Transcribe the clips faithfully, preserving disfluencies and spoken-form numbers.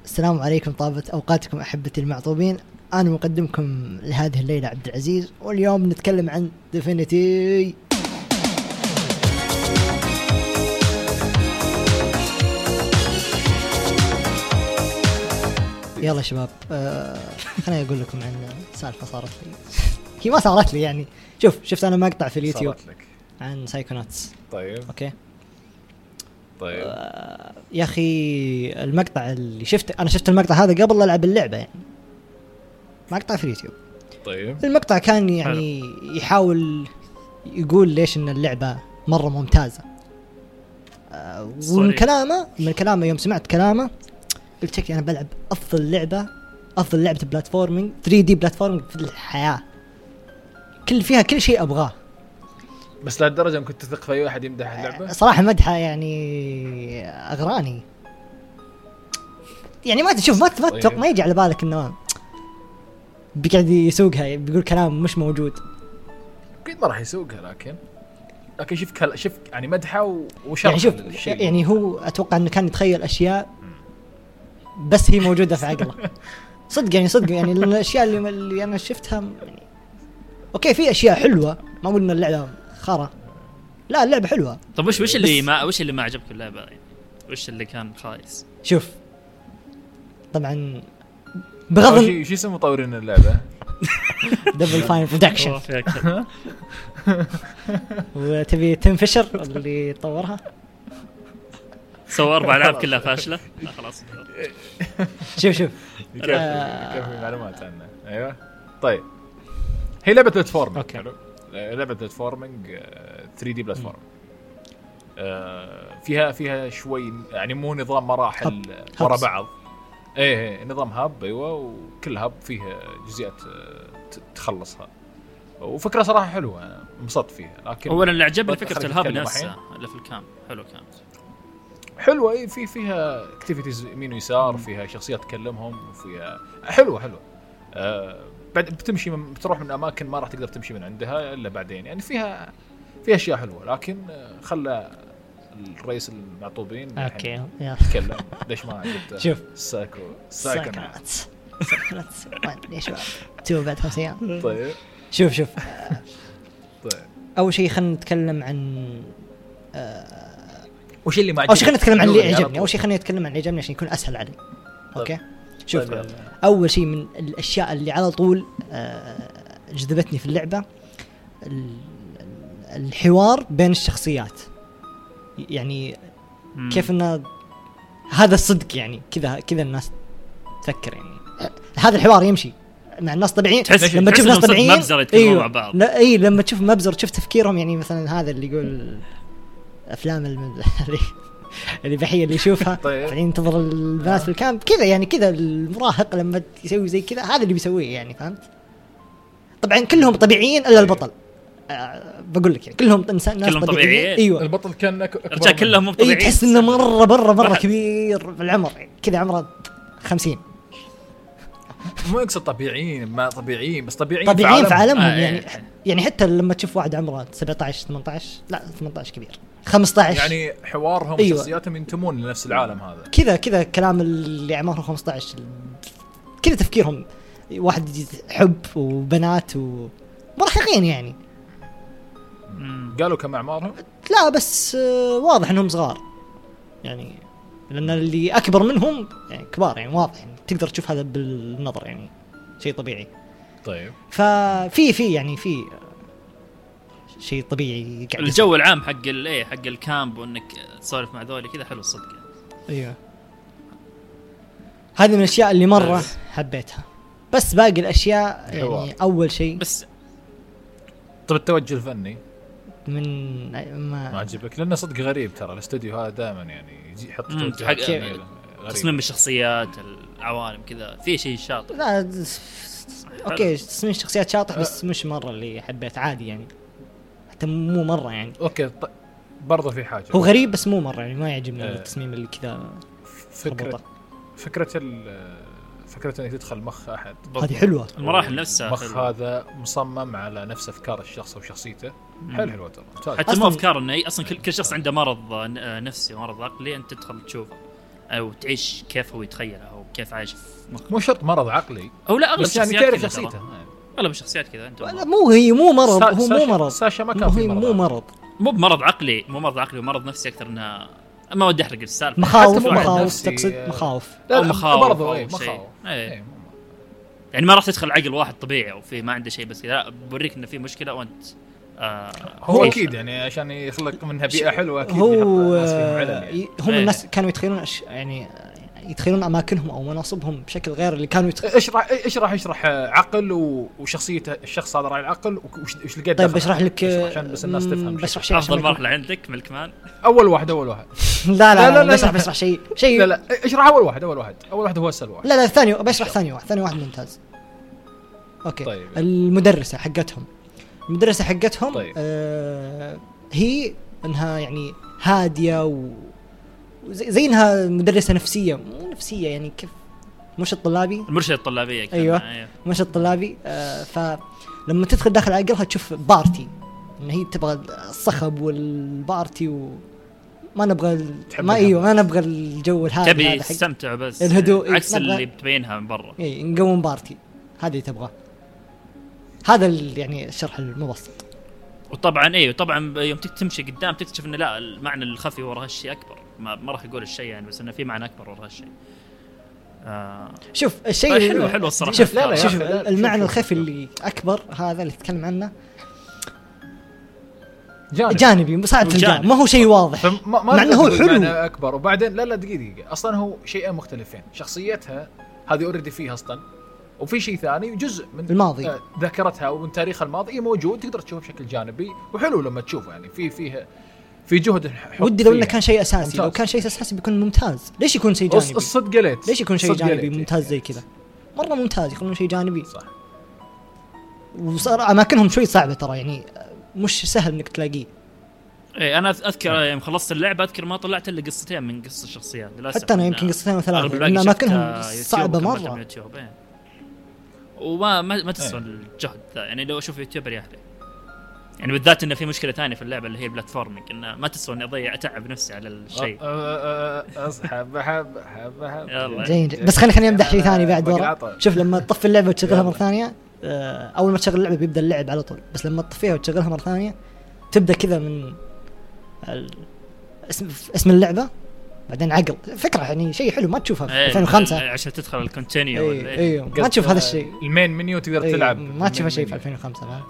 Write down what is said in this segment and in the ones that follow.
السلام عليكم، طابت أوقاتكم أحبتي المعطوبين. أنا مقدمكم لهذه الليلة عبد العزيز، واليوم نتكلم عن ديفينيتي. يلا شباب، آه خليني أقول لكم عن سالفة صارت لي. هي ما صارت لي يعني، شوف شفت أنا مقطع في اليوتيوب عن سايكوناتس. طيب أوكي طيب آه يا أخي المقطع اللي شفته، أنا شفت المقطع هذا قبل ألعب اللعبة يعني، مقطع في اليوتيوب. طيب المقطع كان يعني حلو. يحاول يقول ليش إن اللعبة مرة ممتازة. آه ومن كلامه من كلامه يوم سمعت كلامه قلت لك أنا بلعب أفضل لعبة أفضل لعبة بلاتفورمينج ثري دي بلاتفورمينج في الحياة، كل فيها كل شيء أبغاه. بس لهالدرجة إن كنت تثق في أي واحد يمدح اللعبة؟ صراحة مدحه يعني أغراني يعني، ما تشوف ما ما طيب. ما يجي على بالك إنه بيقعد يسوقها، بيقول كلام مش موجود. أكيد ما راح يسوقها، لكن لكن شوف كل... شوف يعني مدحه وشرح يعني شوف الشيء. يعني هو أتوقع إنه كان يتخيل أشياء بس هي موجودة في عقله. صدق يعني صدق يعني الأشياء اللي, اللي أنا شفتها يعني أوكي، في أشياء حلوة، ما قلنا اللعبة خرا، لا اللعبة حلوة. طب وش وش اللي ما وش اللي ما عجبك اللعبة يعني؟ وش اللي كان خايس؟ شوف طبعا بغض شو شو اسم مطورين اللعبة؟ دبل فاين برودكشن. وتبي تنفشر اللي طورها سوى أربع ألعاب كلها فاشلة. لا خلاص. شوف شوف كيف معلومات عنها. أيوة طيب، هي لعبة بلاتفورمينج. حلو، لعبة بلاتفورمينج ثري دي بلاتفورم. فيها فيها شوي يعني مو نظام مراحل ورا بعض. ايه ايه نظام هاب. ايوه، وكل هاب فيه جزئيات تخلصها، وفكرة صراحة حلوة، انا انبسطت فيها. لكن اولا اللي عجبني فكرة الهاب نفسها اللي في الكامب حلو، كانت حلوة. ايه في فيها اكتيفيتيز يمين ويسار، فيها شخصيات تكلمهم، وفيها حلوة حلوة. آه بعد بتمشي من بتروح من اماكن ما راح تقدر تمشي من عندها الا بعدين يعني. فيها فيها اشياء حلوة، لكن خلى الرئيس المعطوبين اوكي يتكلم. ليش ما عجبته؟ شوف سايكو سايكوناتس سايكوناتس ليش بقى تو بعد خمس ايام. طيب شوف شوف طيب اول شيء خلينا نتكلم عن آه وش اللي ما عجبك. اول شيء خلينا نتكلم عن اللي عجبني اول شيء خلينا نتكلم عن اللي عجبني عشان يكون اسهل علي. اوكي شوف طيب. اول شيء من الاشياء اللي على طول آه جذبتني في اللعبة الحوار بين الشخصيات، يعني مم. كيف انه هذا الصدق يعني، كذا كذا الناس تفكر يعني، هذا الحوار يمشي مع الناس طبيعيين. لما تشوف ناس طبيعيين مبزر يتكلمون مع بعض. لا اي لما تشوف مبزر تشوف تفكيرهم يعني، مثلا هذا اللي يقول افلام اللي اللي بحيه اللي يشوفها يعني ينتظر البنات في الكامب كذا يعني، كذا المراهق لما يسوي زي كذا هذا اللي بيسويه يعني، فهمت؟ طبعا كلهم طبيعيين الا البطل. أه بقول لك يعني كلهم انسان ناس كلهم طبيعيين. طبيعيين. ايوه البطل كان رجال كلهم مو طبيعيين. تحس انه مره مره مره كبير في العمر يعني، كذا عمره خمسين. مو يقصد طبيعيين، ما طبيعيين بس طبيعيين طبيعيين في عالمهم آه يعني. يعني حتى لما تشوف واحد عمره سبعة عشر ثمانية عشر، لا ثمانية عشر كبير، خمسة عشر يعني حوارهم أيوة. وشخصياتهم ينتمون لنفس العالم هذا. كذا كذا كلام اللي عمرهم خمسة عشر كذا تفكيرهم، واحد حب وبنات ومرحقين يعني. قالوا كم أعمارهم؟ لا بس واضح انهم صغار يعني، لان اللي اكبر منهم يعني كبار يعني، واضح يعني تقدر تشوف هذا بالنظر يعني، شيء طبيعي. طيب ففي في يعني في شيء طبيعي. الجو العام حق الايه حق الكامب وانك تسولف مع ذولي كذا حلو الصدق. ايوه هذه من الاشياء اللي مره بس. حبيتها. بس باقي الاشياء يعني اول شيء بس طب التوجه الفني من ما, ما عجبك؟ لانه صدق غريب ترى الاستوديو هذا دائما يعني يجي يحط توجه تصميم الشخصيات العوالم كذا في شيء شاطر. لا د... اوكي تصميم الشخصيات شاطر بس مش مره اللي حبيت، عادي يعني حتى مو مره يعني. اوكي ط... برضه في حاجه هو غريب بس مو مره يعني، ما يعجبني أه التصميم اللي كذا. فكره فكره ال... فكره انك تدخل مخ احد هذه حلوه. المراحل نفسها مخ هذا مصمم على نفس افكار الشخص وشخصيته. حلو حلوه ترى. حتى مو افكار انه اصلا كل كل شخص عنده مرض نفسي ومرض عقلي انت تدخل تشوفه. او تعيش كيف هو يتخيلها او كيف عايش في مخه. مو شرط مرض عقلي او لا اغلب بس يعني تعرف شخصيته. اغلب الشخصيات كذا انت مو هي مو مرض هو مو مرض ساشا ما كان في مرض مو مرض مو بمرض عقلي مو مرض عقلي ومرض نفسي اكثر انها ما ودي احرق السالفه. مخاوف مخاوف تقصد مخاوف او مخاوف برضه اي مخاوف اي يعني ما راح تدخل عقل واحد طبيعي وفيه ما عنده شيء بس كذا لا بوريك انه في مشكله وانت آه هو اكيد يعني عشان يخلق منها بيئه حلوه اكيد هو يعني. هم ايه. الناس كانوا يتخيلون يعني يتخيلون اماكنهم او مناصبهم بشكل غير اللي كانوا يتخ... اشرح اشرح اشرح عقل وشخصيه الشخص هذا راعي العقل وش وش لقيت. طيب بشرح لك عشان بس الناس تفهم. بشرح شيء افضل مرحله عندك ملك مان اول واحد اول واحد لا لا لا بشرح بشرح شيء شيء لا لا اشرح اول واحد اول واحد اول واحد هو اسهل واحد. لا لا ثاني بشرح ثاني واحد ثاني واحد ممتاز. اوكي طيب. المدرسه حقتهم المدرسه حقتهم طيب. آه هي انها يعني هاديه و زي انها مدرسه نفسيه مو نفسيه يعني كيف مش الطلابي المرشد الطلابيه ايوه, أيوة. مش الطلابي آه فلما تدخل داخل عقلها تشوف بارتي ان هي تبغى الصخب والبارتي وما نبغى ما ايوه ما نبغى الجو الهادي تبي تستمتع بس الهدوء عكس اللي بتبينها من برا. اي نقوم بارتي هذا اللي تبغاه. هذا يعني الشرح المبسط. وطبعا ايوه طبعا يوم تمشي قدام تكتشف ان لا المعنى الخفي وراء هالشيء اكبر. ما, ما راح اقول الشيء يعني بس انه في معنى اكبر وراء هالشيء. آه شوف الشيء حلو حلو الصراحه. شوف لا لا شوف لا المعنى شوف الخفي شوف اللي اكبر هذا اللي تتكلم عنه جانبي, جانبي مساعدة الجانب ما هو شيء واضح مع انه هو حلو اكبر. وبعدين لا لا دقيقه اصلا هو شيئين مختلفين. شخصيتها هذه اوريدي فيها اصلا وفي شيء ثاني جزء من الماضي ذاكرتها ومن تاريخ الماضي موجود تقدر تشوفه بشكل جانبي وحلو لما تشوفه يعني في فيه في جهد. ودي لو انه كان شيء اساسي ممتاز. لو كان شيء اساسي بيكون ممتاز. ليش يكون شيء جانبي؟ الصدق ليت ليش يكون شيء جانبي ممتاز زي كذا مره ممتاز يكون شيء جانبي صح. وصار اماكنهم شوي صعبه ترى يعني مش سهل انك تلاقيه. اي انا اذكر يوم خلصت اللعبه اذكر ما طلعت الا قصتين من قصص الشخصيات للاسف. حتى انا يمكن قصتين وثلاثه لان اماكنهم صعبه مره وما ما, ما تسوى الجهد ذا يعني. لو اشوف يوتيوبر يحلي يعني بالذات انه في مشكله ثانيه في اللعبه اللي هي البلاتفورمينج انه ما تسوى اني اضيع اتعب نفسي على الشيء. اصحاب حب حب حب جيد. بس خليني خليني امدح شيء ثاني بعد ورا. شوف لما تطفي اللعبه وتشغلها مره ثانيه اول ما تشغل اللعبه بيبدا اللعب على طول. بس لما تطفيها وتشغلها مره ثانيه تبدا كذا من اسم اسم اللعبه بعدين عقل فكره يعني شيء حلو ما تشوفها في ألفين وخمسة عشان تدخل الكونتينيو ايوه أيه. ما تشوف هذا الشيء المين منيو تقدر أيه. تلعب ما تشوف شيء في ألفين وخمسة فاهم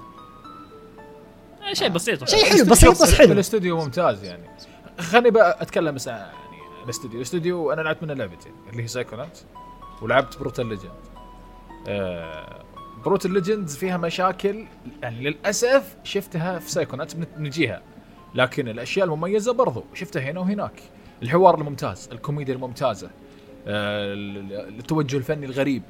شيء بسيط شيء حلو بسيط بس حلو. الاستوديو ممتاز يعني. خليني بقى اتكلم بس يعني الاستوديو الاستوديو انا لعبت منه لعبتين اللي هي سايكونات ولعبت بروتال ليجند. آه بروتال ليجندز فيها مشاكل يعني للاسف شفتها في سايكونات بنجيها لكن الاشياء المميزه برضو شفتها هنا وهناك. الحوار الممتاز الكوميديا الممتازه آه التوجه الفني الغريب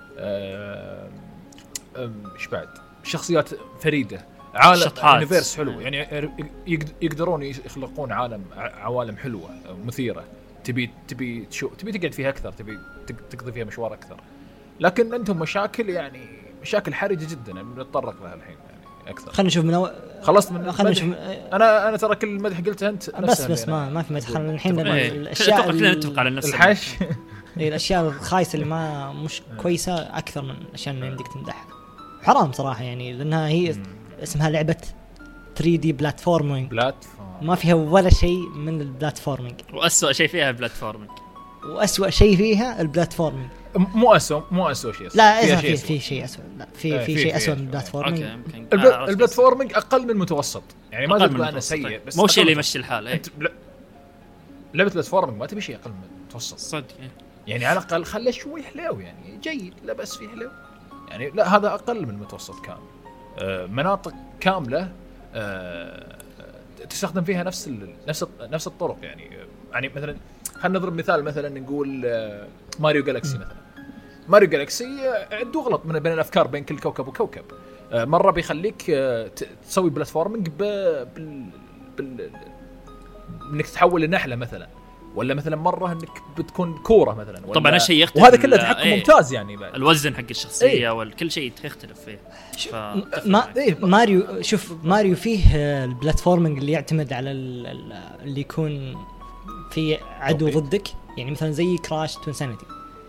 آه ايش بعد شخصيات فريده عالم يونيفيرس حلو يعني يقدرون يخلقون عالم عوالم حلوه مثيره تبي تبي تشوف تبي تقعد فيها اكثر تبي تقضي فيها مشوار اكثر. لكن انتم مشاكل يعني مشاكل حرجه جدا بنتطرق لها الحين يعني اكثر. خلينا نشوف من أو... خلصت من خلينا نشوف انا انا ترى كل المدح قلتها انت بس بس ما ما في مدح. خلينا الحين ايه. الاشياء اللي نتفق على نفس الحش اي الاشياء الخايسه اللي ما مش كويسه اكثر من الاشياء اللي يمديك تمدحها. حرام صراحه يعني لانها هي اسمها لعبه ثري دي بلاتفورمينج بلاتفورم ما فيها ولا شيء من البلاتفورمينج واسوأ شيء فيها البلاتفورمينج واسوأ شيء فيها البلاتفورمينج مو اسوء مو اسوء شيء لا في شيء في شيء اسوء لا في في شيء اسوء من البلاتفورمينج. البلاتفورمينج اقل من المتوسط يعني ما اقول انا سيء بس مو شيء اللي يمشي الحال. انت لعبه البلاتفورمينج ما تبي شيء اقل من المتوسط صدق يعني على الاقل خله شوي حلو يعني جيد لا بس فيه حلو يعني لا هذا اقل من المتوسط كامل. آه مناطق كامله آه تستخدم فيها نفس نفس نفس الطرق يعني يعني مثلا خلينا نضرب مثال مثلا نقول آه ماريو جالاكسي مثلا. ماريو جالاكسي عنده غلط من بين الافكار بين كل كوكب وكوكب. آه مره بيخليك آه تسوي بلاتفورمينج بال بال انك تتحول لنحله مثلا ولا مثلا مره انك بتكون كوره مثلا طبعا هالشيء يختلف وهذا كله تحكم ايه ممتاز يعني بعد. الوزن حق الشخصيه ايه والكل شيء يختلف فيه. ما إيه ماريو شوف ماريو فيه البلاتفورمينج اللي يعتمد على اللي يكون في عدو ضدك يعني مثلا زي كراش توينسانيتي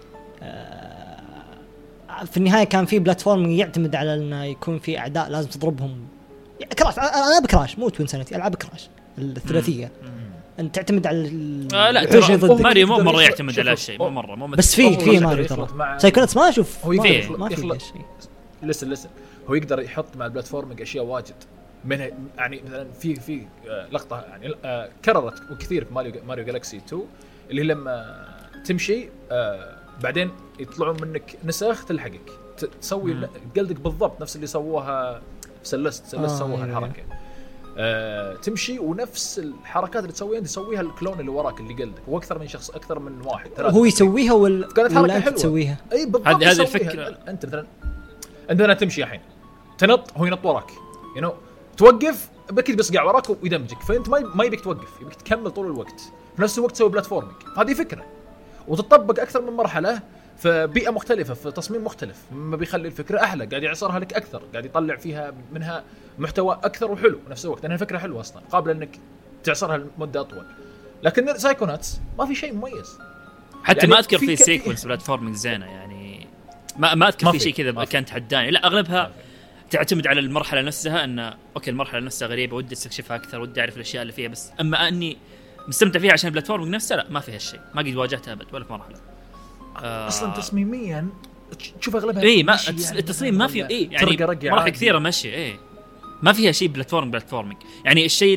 في النهايه كان في بلاتفورم يعتمد على انه يكون في اعداء لازم تضربهم. كراش العاب كراش مو توينسانيتي، العاب كراش الثلاثيه انت تعتمد على آه لا ترى ماريو مو مره يعتمد على هالشيء، مو مره مو بس في في ماريو ترى سايكوناتس ما اشوف هو ما, ما في يخلط شيء. لسه لسه هو يقدر يحط مع البلاتفورمينج اشياء واجد منها، يعني مثلا في في لقطه يعني كررت وكثير في ماريو ماريو جالكسي اثنين اللي لما تمشي بعدين يطلعون منك نسخ تلحقك تسوي قلدك بالضبط نفس اللي سووها في سلست سلست آه سووها الحركه آه تمشي ونفس الحركات اللي تسويها تسويها الكلون اللي وراك اللي قلدك، واكثر من شخص اكثر من واحد هو يسويها ولا كانت حركه حلوه تسويها. اي بالضبط هذه الفكره. انت مثلا انت هنا تمشي الحين تنط هو ينط وراك يو نو توقف بكيت بيصقع وراك ويدمجك، فانت ما ما يبيك توقف يبيك تكمل طول الوقت في نفس الوقت تسوي بلاتفورمينج. هذه فكره وتطبق اكثر من مرحله في بيئه مختلفه في تصميم مختلف، ما بيخلي الفكره احلى، قاعد يعصرها لك اكثر، قاعد يطلع فيها منها محتوى اكثر وحلو نفس الوقت. لانها فكره حلوه اصلا قابله انك تعصرها لمده اطول. لكن سايكوناتس ما في شيء مميز حتى يعني ما اذكر في, في سيكونس بلاتفورمينج زينه يعني ما ما اذكر في شيء كذا كانت حداني. لا اغلبها تعتمد على المرحله نفسها، ان اوكي المرحله نفسها غريبه ودي استكشفها اكثر ودي اعرف الاشياء اللي فيها، بس اما اني مستمتع فيها عشان البلاتفورمينج نفسها لا ما فيها هالشيء، ما قد واجهتها ابد ولا في مرحله. آه اصلا تصميميا تشوف اغلبها اي ما يعني التصميم ما في اي يعني مراحل كثيره ماشي اي ما فيها شيء بلاتفورم بلاتفورمينج يعني الشيء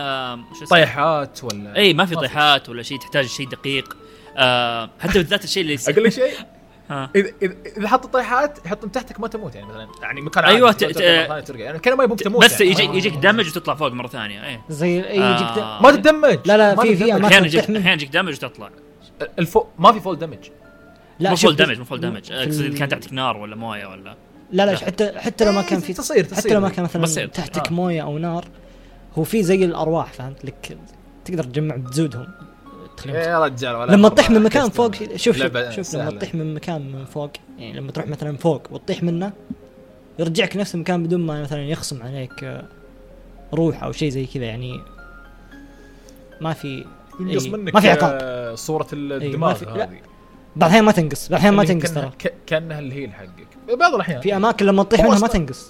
طيحات ولا اي ما في طيحات ولا شيء تحتاج شيء دقيق. آه حتى بالذات الشيء اللي اقول لك شيء اذا اذا حط طيحات يحط من تحتك ما تموت يعني مثلا يعني مكان ايوه ت... ت... يعني كان ما يبغى تموت بس يعني. يجي يجيك دامج وتطلع فوق مره ثانيه اي زي يجيك آه ما تدمج لا لا في في احيانا يجيك احيانا يجيك دامج وتطلع الفوق ما في فول دامج لا مو فول دامج مو فول دامج اذا كان تحتك نار ولا مويه ولا لا لا حتى حتى لو ما كان في تصير تصير حتى لو ما كان مثلا تحتك آه. مويه او نار هو في زي الارواح فهمت لك تقدر تجمع تزودهم يا رجال لما تطيح من مكان فوق شوف شوف, شوف لما تطيح من مكان من فوق يعني لما تروح مثلا فوق وتطيح منه يرجعك نفس المكان بدون ما مثلا يخصم عليك روح او شيء زي كذا يعني ما في ينقص منك ما في عقاب صورة الدماغ هذه بعض الأحيان ما تنقص بعض الأحيان ما تنقص ترى كأنها الهيل حقك بعض الأحيان في أماكن لما تطيح منها ما تنقص.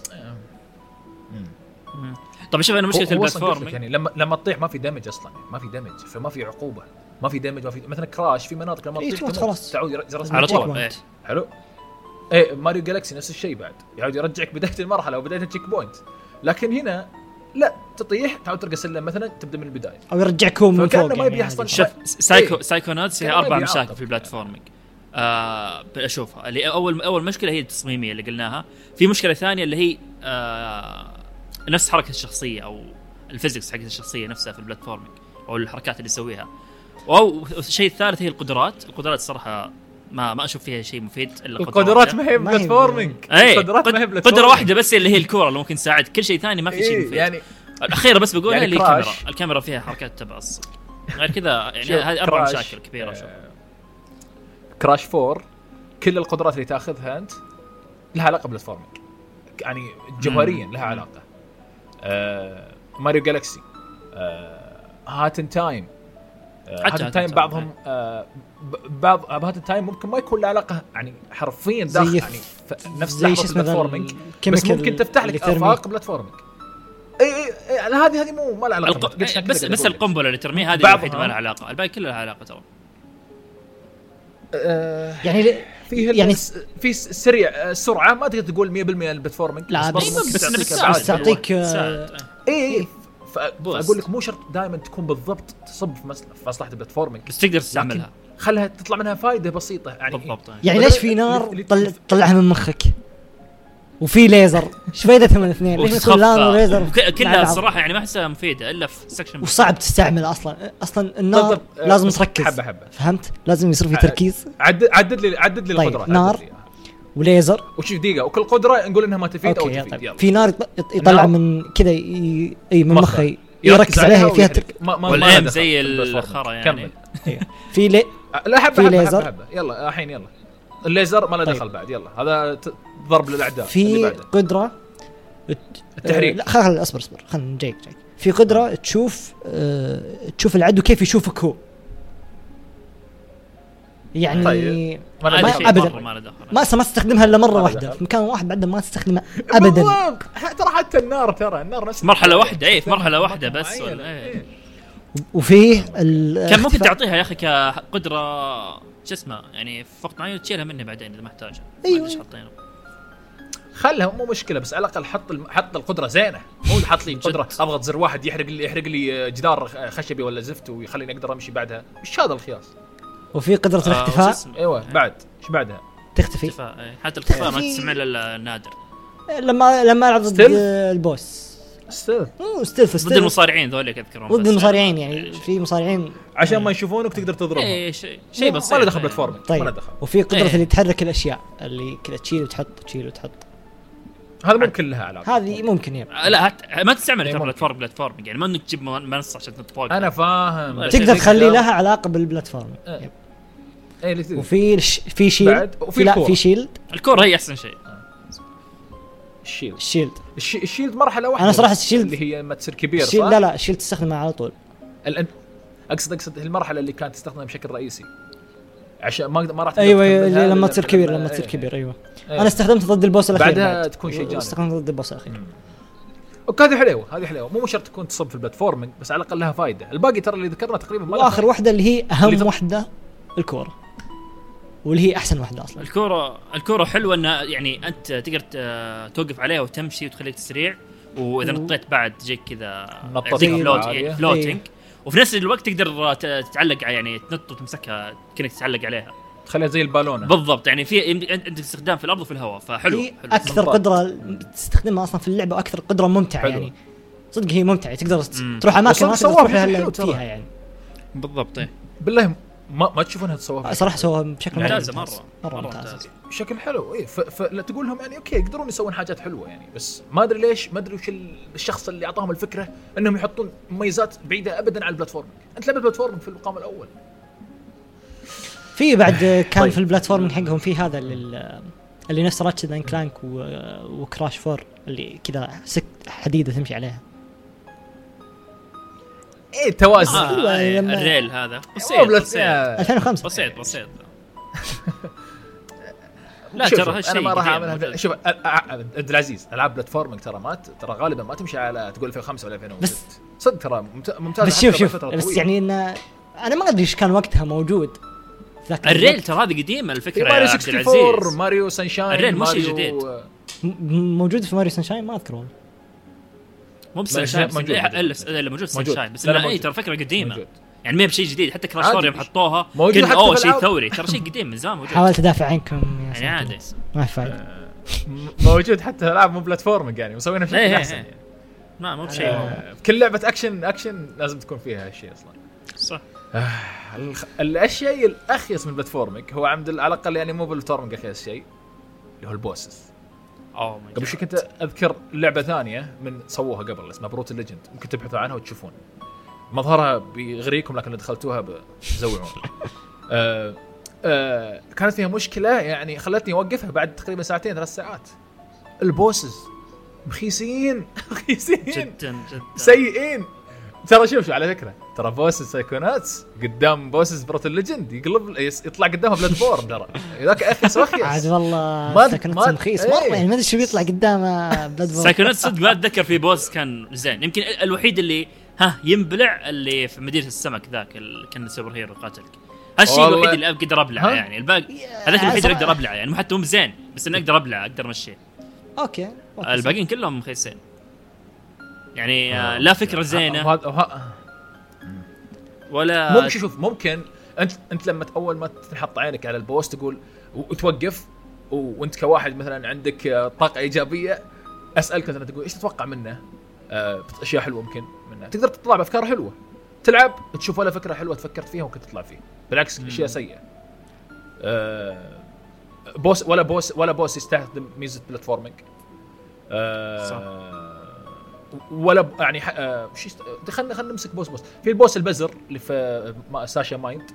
طب شوف أنا مشكلة البلاتفورم يعني لما لما تطيح ما في دمج أصلا ما في دمج فما في عقوبة ما في دمج ما في مثلا كراش في مناطق لما تطيح خلاص تعود على طول إيه. حلو إيه ماريو جالكسي نفس الشيء بعد يعود يرجعك بداية المرحلة وبداية التشيك بوينت لكن هنا لا تطيح تعود ترجع سلم مثلا تبدا من البدايه او يرجعكم من فوق ما يبي يحصل شوف سايكو إيه؟ سايكوناتس فيها اربع مشاكل في البلاتفورمينج آه اشوفها اللي اول اول مشكله هي التصميميه اللي قلناها في مشكله ثانيه اللي هي آه نفس حركه الشخصيه او الفيزيكس حق الشخصيه نفسها في البلاتفورمينج او الحركات اللي يسويها او الشيء الثالث هي القدرات القدرات الصراحه ما ما اشوف فيها شيء مفيد الا القدرات ما هي بلاتفورمينج القدرات ما هي بلاتفورمينج قدره واحده بس اللي هي الكره اللي ممكن تساعد كل شيء ثاني ما في شيء مفيد يعني الاخيره بس بقولها يعني اللي الكاميرا الكاميرا فيها حركات تبعص غير كذا يعني هذه اربع مشاكل كبيره شوف كراش فور كل القدرات اللي تاخذها انت لها علاقه بلاتفورمينج يعني جوهريا لها علاقه آه ماريو جالكسي آه هاتن تايم آه هاتن تايم بعضهم آه بعض هاتن تايم ممكن ما يكون له علاقه يعني حرفيا داخل يعني نفس لحظه البلاتفورمينج بس ممكن تفتح لك افاق بلاتفورمينج اي اي هذه هذه مو ما لها علاقه الق... بس بس القنبله اللي ترميها هذه الوحيده ما لها علاقه الباقي كله لها علاقه ترى آه يعني فيه يعني في سريع السرعه ما تقدر تقول مية بالمية البلاتفورمينج لا بس بس تعطيك اي فاقول لك مو شرط دائما تكون بالضبط تصب في مصلحه البلاتفورمينج بس تقدر تستعملها خلها تطلع منها فائده بسيطه يعني بالضبط يعني ليش في نار طلعها من مخك وفي ليزر ايش فائدتها من الاثنين ليش يكون نار وليزر كلها الصراحه يعني ما احسها مفيده الا في سكشن وصعب تستعمل اصلا اصلا النار لازم تركز حبه حبه فهمت لازم يصير في تركيز عدد عدد لي عدد لي طيب القدرات نار وليزر وشوف دقيقه وكل قدره نقول انها ما تفيد او تفيد يلا. في نار يطلع من كذا اي من مخه يركز عليها فيها والام زي الخرا يعني في لي لا حبه في ليزر حبة. يلا الحين يلا الليزر ما له دخل بعد يلا هذا ضرب للاعداء في قدره التحريك لا خل اصبر اصبر خلينا نجيك جاي في قدره تشوف أه... تشوف العدو كيف يشوفك هو يعني طيب. ما ما ابدا ما له دخل ما ما استخدمها الا مره واحده في مكان واحد، بعد ما تستخدمها ابدا. ترى حتى النار ترى النار نفس مرحله واحده اي في مرحله واحده بس إيه. وفيه كان ممكن تعطيها يا اخي كقدره شو اسمه يعني في وقت معين تشيلها مني بعدين اذا ما احتاجها. ايوه حاطينه خلها مو مشكله، بس على الاقل حط الم... حط القدره زينه، مو حط لي قدره اضغط زر واحد يحرق لي يحرق لي جدار خشبي ولا زفت ويخليني اقدر امشي بعدها. مش هذا الخياس. وفي قدره آه الاختفاء. ايوه بعد ايش بعدها تختفي حتى الاختفاء ما تسمع الا النادر لما لما العب ضد البوس ستيلث مو ستيلث ضد المصارعين ذولك اذكرهم ضد المصارعين يعني في مصارعين عشان ما يشوفونك تقدر تضربهم. اي شيء شيء بسيط ما له دخل بلاتفورم. طيب. ما له دخل. وفي قدره اللي تحرك الاشياء اللي كذا تشيل وتحط تشيل وتحط. هذا ممكن لها علاقه. هذه ممكن يا لا ما تستعمل بلاتفورم بلاتفورم يعني ما انك تجيب منصه عشان تطبق. انا فاهم تقدر تخلي لها علاقه بالبلاتفورم. ايه اللي تقدر. وفي ش... في شيلد وفي لا في شيلد. الكوره هي احسن شيء. الشيلد الشيلد الش... الشيلد مرحله واحده. انا صراحه الشيلد اللي هي لما تصير كبير الشيلد صح؟ لا لا الشيلد تستخدمه على طول. الان اقصد اقصد المرحله اللي كانت تستخدمها بشكل رئيسي عشان ما ما راح ايوه اللي لما تصير كبير لما تصير كبير ايوه أيه. انا استخدمت ضد البوس الاخير بعدها بعد. تكون شيء جانبي. استخدمت ضد البوس الاخير. اوكي هذه حلوه هذه حلوه مو شرط تكون تصب في البلاتفورمينج بس على الاقل لها فائده. الباقي ترى اللي ذكرنا تقريبا ما واخر واحده اللي هي اهم واحده الكوره واللي هي احسن واحده اصلا. الكوره الكوره حلوه ان يعني انت تقدر توقف عليها وتمشي وتخليك تسريع واذا نطيت بعد تجيك كذا فلوتينج وفي نفس الوقت تقدر تتعلق يعني تنط وتمسكها كأنك تتعلق عليها تخليها زي البالونه بالضبط. يعني في انت استخدام في الارض وفي الهواء فحلو حلو. اكثر ممتاز. قدره تستخدمها اصلا في اللعبه واكثر قدره ممتعه حلو. يعني صدق هي ممتعه تقدر مم. تروح اماكن ما تروح لها فيها يعني بالضبط. بالله ما ما تشوفونها تسووها صراحه سووها بشكل ممتاز مره مره ممتاز بشكل حلو. اي فلا تقول لهم يعني اوكي يقدرون يسوون حاجات حلوه يعني بس ما ادري ليش ما ادري وش الشخص اللي اعطاهم الفكره انهم يحطون مميزات بعيده ابدا عن البلاتفورم. انت لعبه بلاتفورم في المقام الاول في بعد كان طيب. في البلاتفورم حقهم في هذا اللي, اللي نفس راتشت اند كلانك وكراش فور اللي كذا سك حديده تمشي عليها. ايه توازن آه آه الريل هذا بسيط بسيط ألفين وخمسة بسيط بسيط لا ترى هالشيء انا ما راح اعمل. شوف عبد العزيز العاب بلاتفورمينج ترى ما ترى غالبا ما تمشي على تقول ألفين وخمسة ولا ألفين وستة صدق ترى ممتاز. بس شوف شوف بس يعني ان انا ما ادري ايش كان وقتها موجود الريل ترى هذه قديمه الفكره يا ماريو ستة وستين ماريو سانشاين الريل مش جديد موجود في ماريو سانشاين ما اذكره مو بسانشاين الا موجود سانشاين بس لا اي ترى فكره قديمه يعني ما بشيء جديد. حتى كراش فور يوم حطوها كان اوه شيء ثوري ترى شيء قديم من زمان موجود. حاولت ادافع عنكم يعني عادي ما في فايده موجود حتى العاب مو بلاتفورمينج يعني مسوينها بشكل احسن يعني. ما مو بشيء كل لعبه اكشن اكشن لازم تكون فيها هالشيء اصلا صح. الاشياء الاخيس من البلاتفورمينج هو عمد على الاقل يعني مو بالبلاتفورمينج اخيس شيء اللي هو البوسز. اوه قبل شوي كنت اذكر لعبه ثانيه من سووها قبل اسمها بروتل ليجند ممكن تبحثوا عنها وتشوفون مظهرها بيغريكم لكن لو دخلتوها بتزوعون. آه آه كانت فيها مشكله يعني خلتني اوقفها بعد تقريبا ساعتين ثلاث ساعات. البوسز رخيصين رخيصين جدا جدا سيئين ترى. شوف شو على فكره ترى بوسز سايكوناتس قدام بوسز بروتل ليجند يقلب يطلع قدامها بلاتفورم ترى ذاك اخي سوخيس عاد والله سايكوناتس رخيص مره يعني ما ادري شو بيطلع قدامه بلاتفورم. سايكوناتس صدق ما اتذكر في بوس كان زين يمكن الوحيد اللي ها ينبلع اللي في مدينه السمك ذاك اللي كان سوبر هيرو قاتلك. هالشيء الوحيد اللي اقدر ابلعه يعني الباقي هذاك الوحيد اللي اقدر ابلعه يعني حتى مو زين بس اني اقدر ابلعه اقدر امشي. اوكي الباقيين كلهم خيسين يعني آه لا فكره زينه ولا ممكن. شوف ممكن انت انت لما اول ما تنحط عينك على البوس تقول وتوقف وانت كواحد مثلا عندك طاقه ايجابيه اسالك مثلا تقول ايش تتوقع منه آه اشياء حلوه ممكن منها تقدر تطلع بافكار حلوه تلعب تشوف ولا فكره حلوه تفكرت فيها وكنت تطلع فيه بالعكس اشياء سيئه. آه بوس ولا بوس ولا بوس يستخدم ميزه بلاتفورمينج آه ولا يعني آه خلينا خلينا نمسك بوس بوس في البوس البزر اللي في ساشا مايند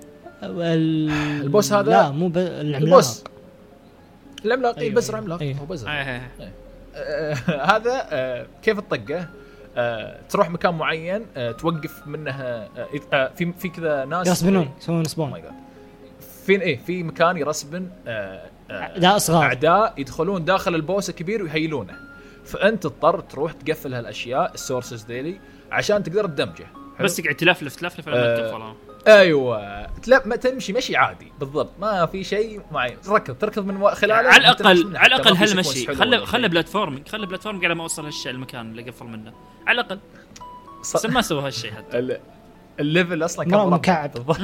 البوس هذا لا مو ب... العملاق العملاق أيوة البزر عملاق أيوة. هو بزر أيوة. آه هذا آه كيف الطقه آه تروح مكان معين آه توقف منها آه آه في في كذا ناس يسبنون يسوون سبون في ايه في مكان يرسبن آه اعداء صغار، اعداء يدخلون داخل البوس الكبير ويهيلونه، فانت تضطر تروح تقفل هالاشياء السورسز ديلي عشان تقدر تدمجه. بس تقعد تلفلف تلفلف لما تقفلها. ايوه لا ما تمشي مشي عادي بالضبط، ما في شيء معين تركض تركض من خلاله. على الاقل على الاقل هالمشي خلى خلى بلاتفورمينج خلى بلاتفورمينج على ما اوصل هالشيء المكان اللي قفل منه على الاقل. بس ما سوى هالشيء حتى الليفل اصلا كان مكعب بالضبط.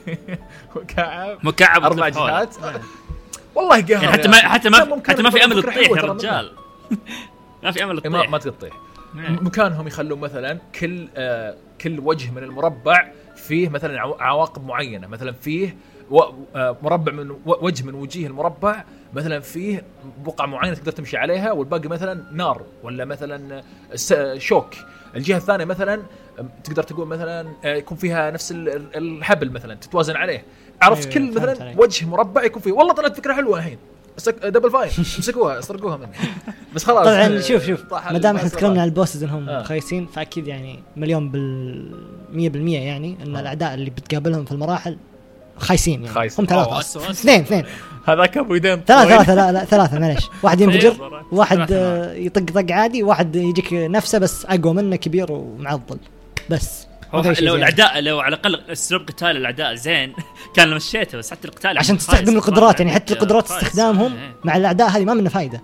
مكعب مكعب اربع جهات والله قهر يعني. حتى ما حتى ما حتى ما في امل تطيح يا رجال. ما في امل تطيح ما تطيح. مكانهم يخلون مثلا كل آه كل وجه من المربع فيه مثلا عواقب معينه، مثلا فيه مربع من وجه من وجيه المربع مثلا فيه بقعه معينه تقدر تمشي عليها، والباقي مثلا نار ولا مثلا شوك. الجهه الثانيه مثلا تقدر تقول مثلا يكون فيها نفس الحبل مثلا تتوازن عليه. عرفت أيوة كل مثلا عليك. وجه مربع يكون فيه. والله طلعت فكره حلوه الحين. دبل فاين امسكوها اسرقوها مني بس خلاص. طبعا شوف شوف ما دام احنا تكلمنا عن البوسز انهم آه. خايسين، فاكيد يعني مليون بالمية بالمية يعني ان آه. الاعداء اللي بتقابلهم في المراحل خايسين يعني خايسين. هم ثلاثه اثنين اثنين هذاك ابو يدين ثلاثه ثلاثه لا لا ثلاثه معلش. واحد ينفجر، واحد يطق طق عادي، واحد يجيك نفسه بس اقوى منه كبير ومعضل بس. لو الاعداء لو على الاقل اسلوب قتال الاعداء زين كان مشيته، بس حتى القتال عشان تستخدم القدرات يعني حتى القدرات استخدامهم مع الاعداء هذه ما منه فايده.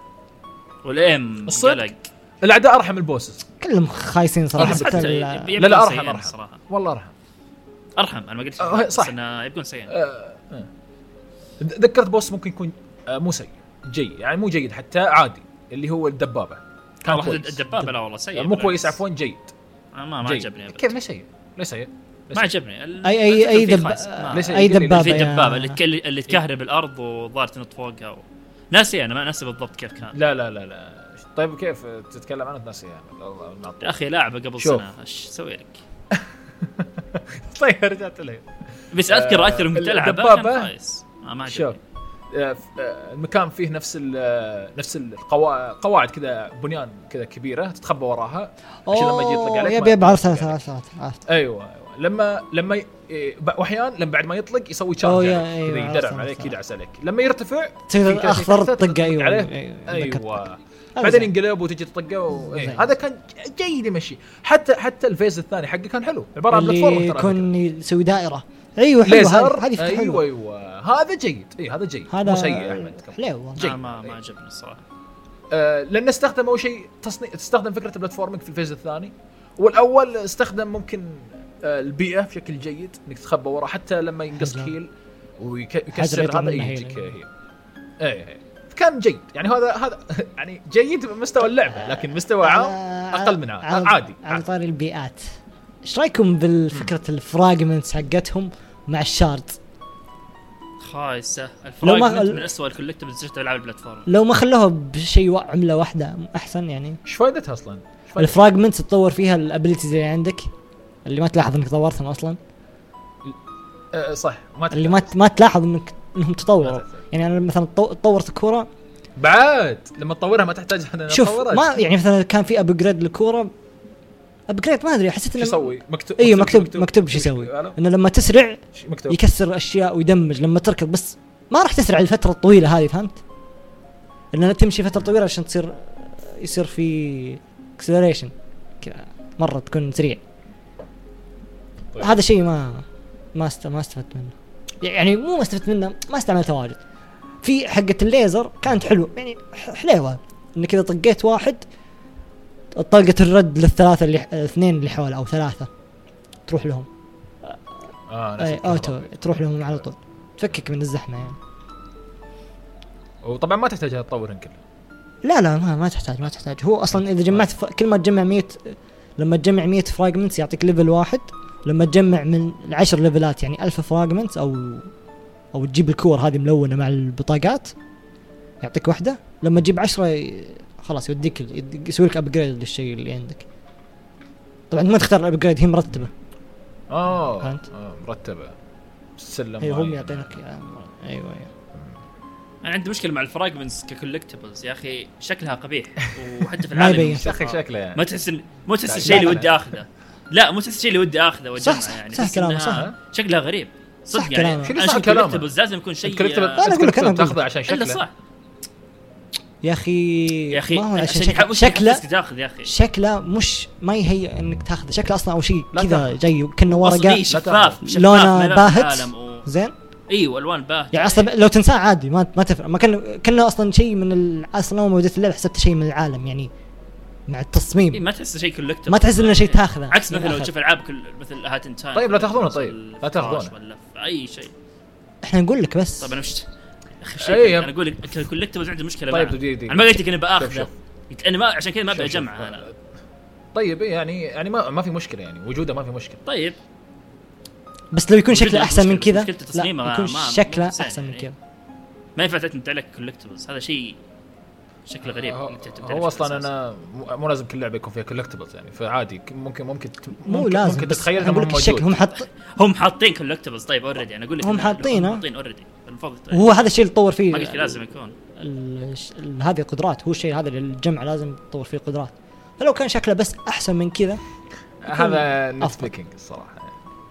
والام قلق الاعداء ارحم البوسز كلهم خايسين صراحه. لا لا ارحم ارحم صراحه والله ارحم ارحم. انا ما قلت أه صح انه يبقون سيئين. أه أه. ذكرت بوس ممكن يكون أه مو سيء جيد يعني مو جيد حتى عادي، اللي هو الدبابه. كان واحد الدبابه لا والله سيء مو كويس عفوا جيد. ما ما عجبني كيف ليش سيء ليش سيء ما عجبني. اي اي اي دب اي دبابه في دبابه اللي اللي تكهرب الارض وظهرت تنط فوقها و... ناسي انا ما ناسي بالضبط كيف كان. لا لا لا لا طيب كيف تتكلم عنه ناسي يعني يا اخي لاعبه قبل سنه ايش اسوي لك؟ طيب رجعت له بس اذكر اكثر من تلعبه كان كويس. ما عجبني. المكان فيه نفس نفس القواعد كذا بنيان كذا كبيره تتخبى وراها عشان لما يجي يطلق عليك يبي بعرف ثلاث ساعات. ايوه لما لما واحيانا لما بعد ما يطلق يسوي تشارج كذا يدرب عليك يدعس عليك. لما يرتفع تقدر اخضر طقه. ايوه ايوه, أيوة. بعدين ينقلب وتجي تطقه. أيوة. هذا كان جيد يمشي. حتى حتى الفيز الثاني حقه كان حلو عباره عن بلاتفورم يكون يسوي دائره. ايوه حلو هذه ايوه حلوة. ايوه هذا جيد. اي هذا جيد مو سيء يا احمد. حلو ما ما, ما عجبني الصراحه. آه لان استخدموا شيء تصنيع تستخدم فكره البلاتفورمينج في الفيز الثاني، والاول استخدم ممكن آه البيئه بشكل جيد انك تخبى ورا حتى لما ينقص هيل ويكسر هذا يجيك هيل. اي كان جيد يعني. هذا هذا يعني جيد بمستوى اللعبه، لكن مستوى عام اقل منها عادي. على طاري البيئات ايش رايكم بالفكره الفراغمنتس حقتهم مع الشارد؟ خايسه الفراغمنت من اسوء الكولكتبلز اللي تلعب البلاتفورم. لو ما خلوها بشيء عمله واحده احسن يعني. ايش فائدتها اصلا؟ الفراغمنتس تطور فيها الابيليتيز اللي عندك اللي ما تلاحظ انك طورتهم اصلا. أه صح ما اللي ما ما تلاحظ انك انهم تطوروا يعني. انا مثلا طورت الكوره بعد لما تطورها ما تحتاج ان تطورها. ما يعني مثلا كان في ابجريد للكوره ابجريد ما ادري حسيت انه يسوي مكتوب. اي مكتوب مكتوب, مكتوب شو يسوي انه لما تسرع مكتوب. يكسر اشياء ويدمج لما تركض، بس ما راح تسرع الفتره الطويله هذه فهمت؟ انها تمشي فتره طويله عشان تصير يصير في اكسلريشن كذا مره تكون سريع. طيب. هذا شيء ما ما است ما استفدت منه يعني. مو ما استفدت منه ما استعملته واجد. في حقه الليزر كانت حلوه يعني حلوه انك اذا طقيت واحد طلقة الرد للثلاثة اللي اثنين اللي حوله أو ثلاثة تروح لهم. آه أي أوتو تروح لهم على طول تفكك من الزحمة يعني. وطبعا ما تحتاج تطور كله. لا لا ما ما تحتاج ما تحتاج. هو أصلا إذا جمعت ف... كل ما تجمع مية لما تجمع مية فراغمنتس يعطيك ليفل واحد. لما تجمع من العشر ليفلات يعني ألف فراغمنتس أو أو تجيب الكور هذه ملونة مع البطاقات يعطيك واحدة. لما تجيب عشرة ي... خلاص يوديك يسوي لك ابجريد للشيء اللي عندك. طبعا ما تختار الابجريد هي مرتبه. اه اه مرتبه السلم. ايوه هم يعطينك يعني. ايوه ايوه انا عندي مشكله مع الفراغمنتس ككولكتبلز يا اخي شكلها قبيح. وحتى في العالم يا اخي شكله يعني ما تحس مو تحس الشيء اللي ودي اخذه. لا مو تحس الشيء اللي ودي اخذه وجمعه يعني. صح كلامك صح. شكلها غريب صح كلام شو صح كلام لازم يكون شيء انا اقول لك انا تاخذه عشان شكله صح يا اخي يا اخي ما هو عشان شكله شكله تاخذ يا اخي شكله مش ما يهيئ انك تاخذ شكله اصلا او شيء كذا جاي كأنه ورقه شفاف لونه باهت زين ايوه الوان باهت يعني اصلا لو تنساه عادي ما ما تفرق ما كان كانه اصلا شيء من اصلا ما موجود في اللعبه حسبته شيء من العالم يعني مع التصميم إيه ما تحس شيء كولكتبل ما تحس انه شيء تاخذه عكس مثلا لو تشوف العاب كل مثل هات ان تايم طيب لا تاخذونه طيب لا تاخذونه ولا اي شيء احنا نقول لك بس طيب انا مش اخر شيء انا اقول لك الكولكتبل عندي مشكله طيب دي دي. انا ما قلت لك اني باخذه انا ما عشان كذا ما ابي اجمعه انا طيب يعني يعني ما ما في مشكله يعني وجوده ما في مشكله طيب بس لو يكون شكله احسن من كذا لا يكون شكله احسن من كذا ما ينفع تعتمد عليك كولكتبلز هذا شيء شكله غريب هو, هو اصلا انا مو لازم كل لعبه يكون فيها كولكتبلز يعني فعادي ممكن ممكن مو لازم ممكن تتخيل انهم موجود الشكل هم حط هم حاطين كولكتبلز طيب اوريدي انا اقول لك هم حاطينه حاطين اوريدي المفروض وهو هذا الشيء اللي تطور فيه ما قلت لازم يكون هذه القدرات هو الشيء هذا اللي الجمع لازم تطور فيه قدرات فلو كان شكله بس احسن من كذا هذا نتفليكينج الصراحه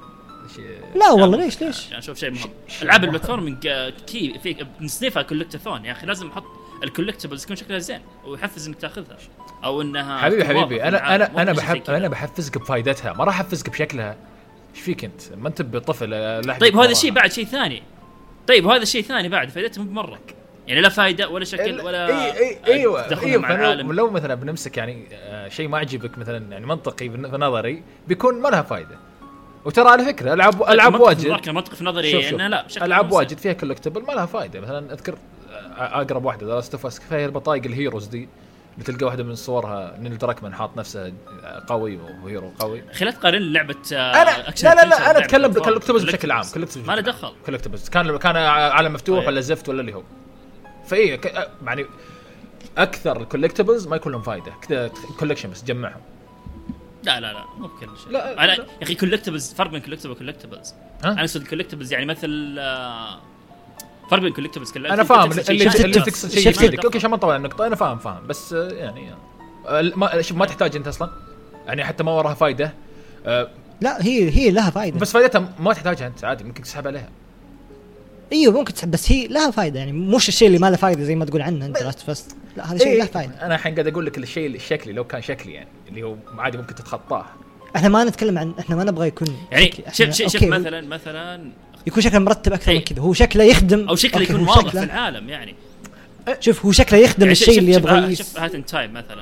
لا والله ليش ليش يعني شوف شيء مهم العاب البلاتفورم كي في نصنفها كولكتاثون يا اخي لازم نحط الكولكتبلز يكون شكلها زين ويحفز انك تاخذها او انها حبيبي حبيبي انا انا انا بحب انا بحفزك بفائدتها ما راح احفزك بشكلها ايش فيك انت ما انت بطفل طيب هذا الشيء بعد شيء ثاني طيب وهذا الشيء ثاني بعد فائدته مو بمره يعني لا فائده ولا شكل ولا اي اي ايوه ايوه لو مثلا بنمسك يعني شيء ما عجبك مثلا يعني منطقي في نظري بيكون ما لها فائده وترى على فكره العاب العاب واجد منطق في نظري انه لا العاب واجد فيها كولكتبل ما لها فائده مثلا اذكر اقرب واحده لاست اوف اس فيها البطايق الهيروز دي اللي تلقى واحده من صورها نيل دراكمان حاط نفسه قوي وهيرو قوي خلينا نقارن لعبه أنا لا لا لا انا اتكلم كولكتبلز بشكل عام ما له دخل كولكتبلز كان كان عالم مفتوح طيب. ولا زفت ولا اللي هو فايه يعني اكثر الكولكتبلز ما يكون لهم فائده كذا كولكشن بس تجمعهم لا لا لا مو بكل شيء لا انا يا اخي كولكتبلز فرق بين كولكتبل وكولكتبلز انا اقصد الكولكتبلز يعني مثل فرق بين كولكتبلز كلها انا فاهم اللي اللي تقصد شيء يفيدك اوكي عشان ما نطول النقطه انا فاهم فاهم بس يعني ما شوف ما تحتاج انت اصلا يعني حتى ما وراها فائده لا هي هي لها فائده بس فائدتها ما تحتاجها انت عادي ممكن تسحب عليها ايوه ممكن تسحب بس هي لها فائده يعني مش الشيء اللي ما له فائده زي ما تقول عنه انت لاست فست لا هذا شيء إيه له فائده انا الحين قاعد اقول لك الشيء الشكلي لو كان شكلي يعني اللي هو عادي ممكن تتخطاه احنا ما نتكلم عن احنا ما نبغى يكون يعني شوف شوف مثلا مثلا يكون شكله مرتب اكثر من كذا هو شكله يخدم او شكله يكون واضح في العالم يعني شوف هو شكله يخدم يعني الشيء اللي يبغى شوف هات ان تايم مثلا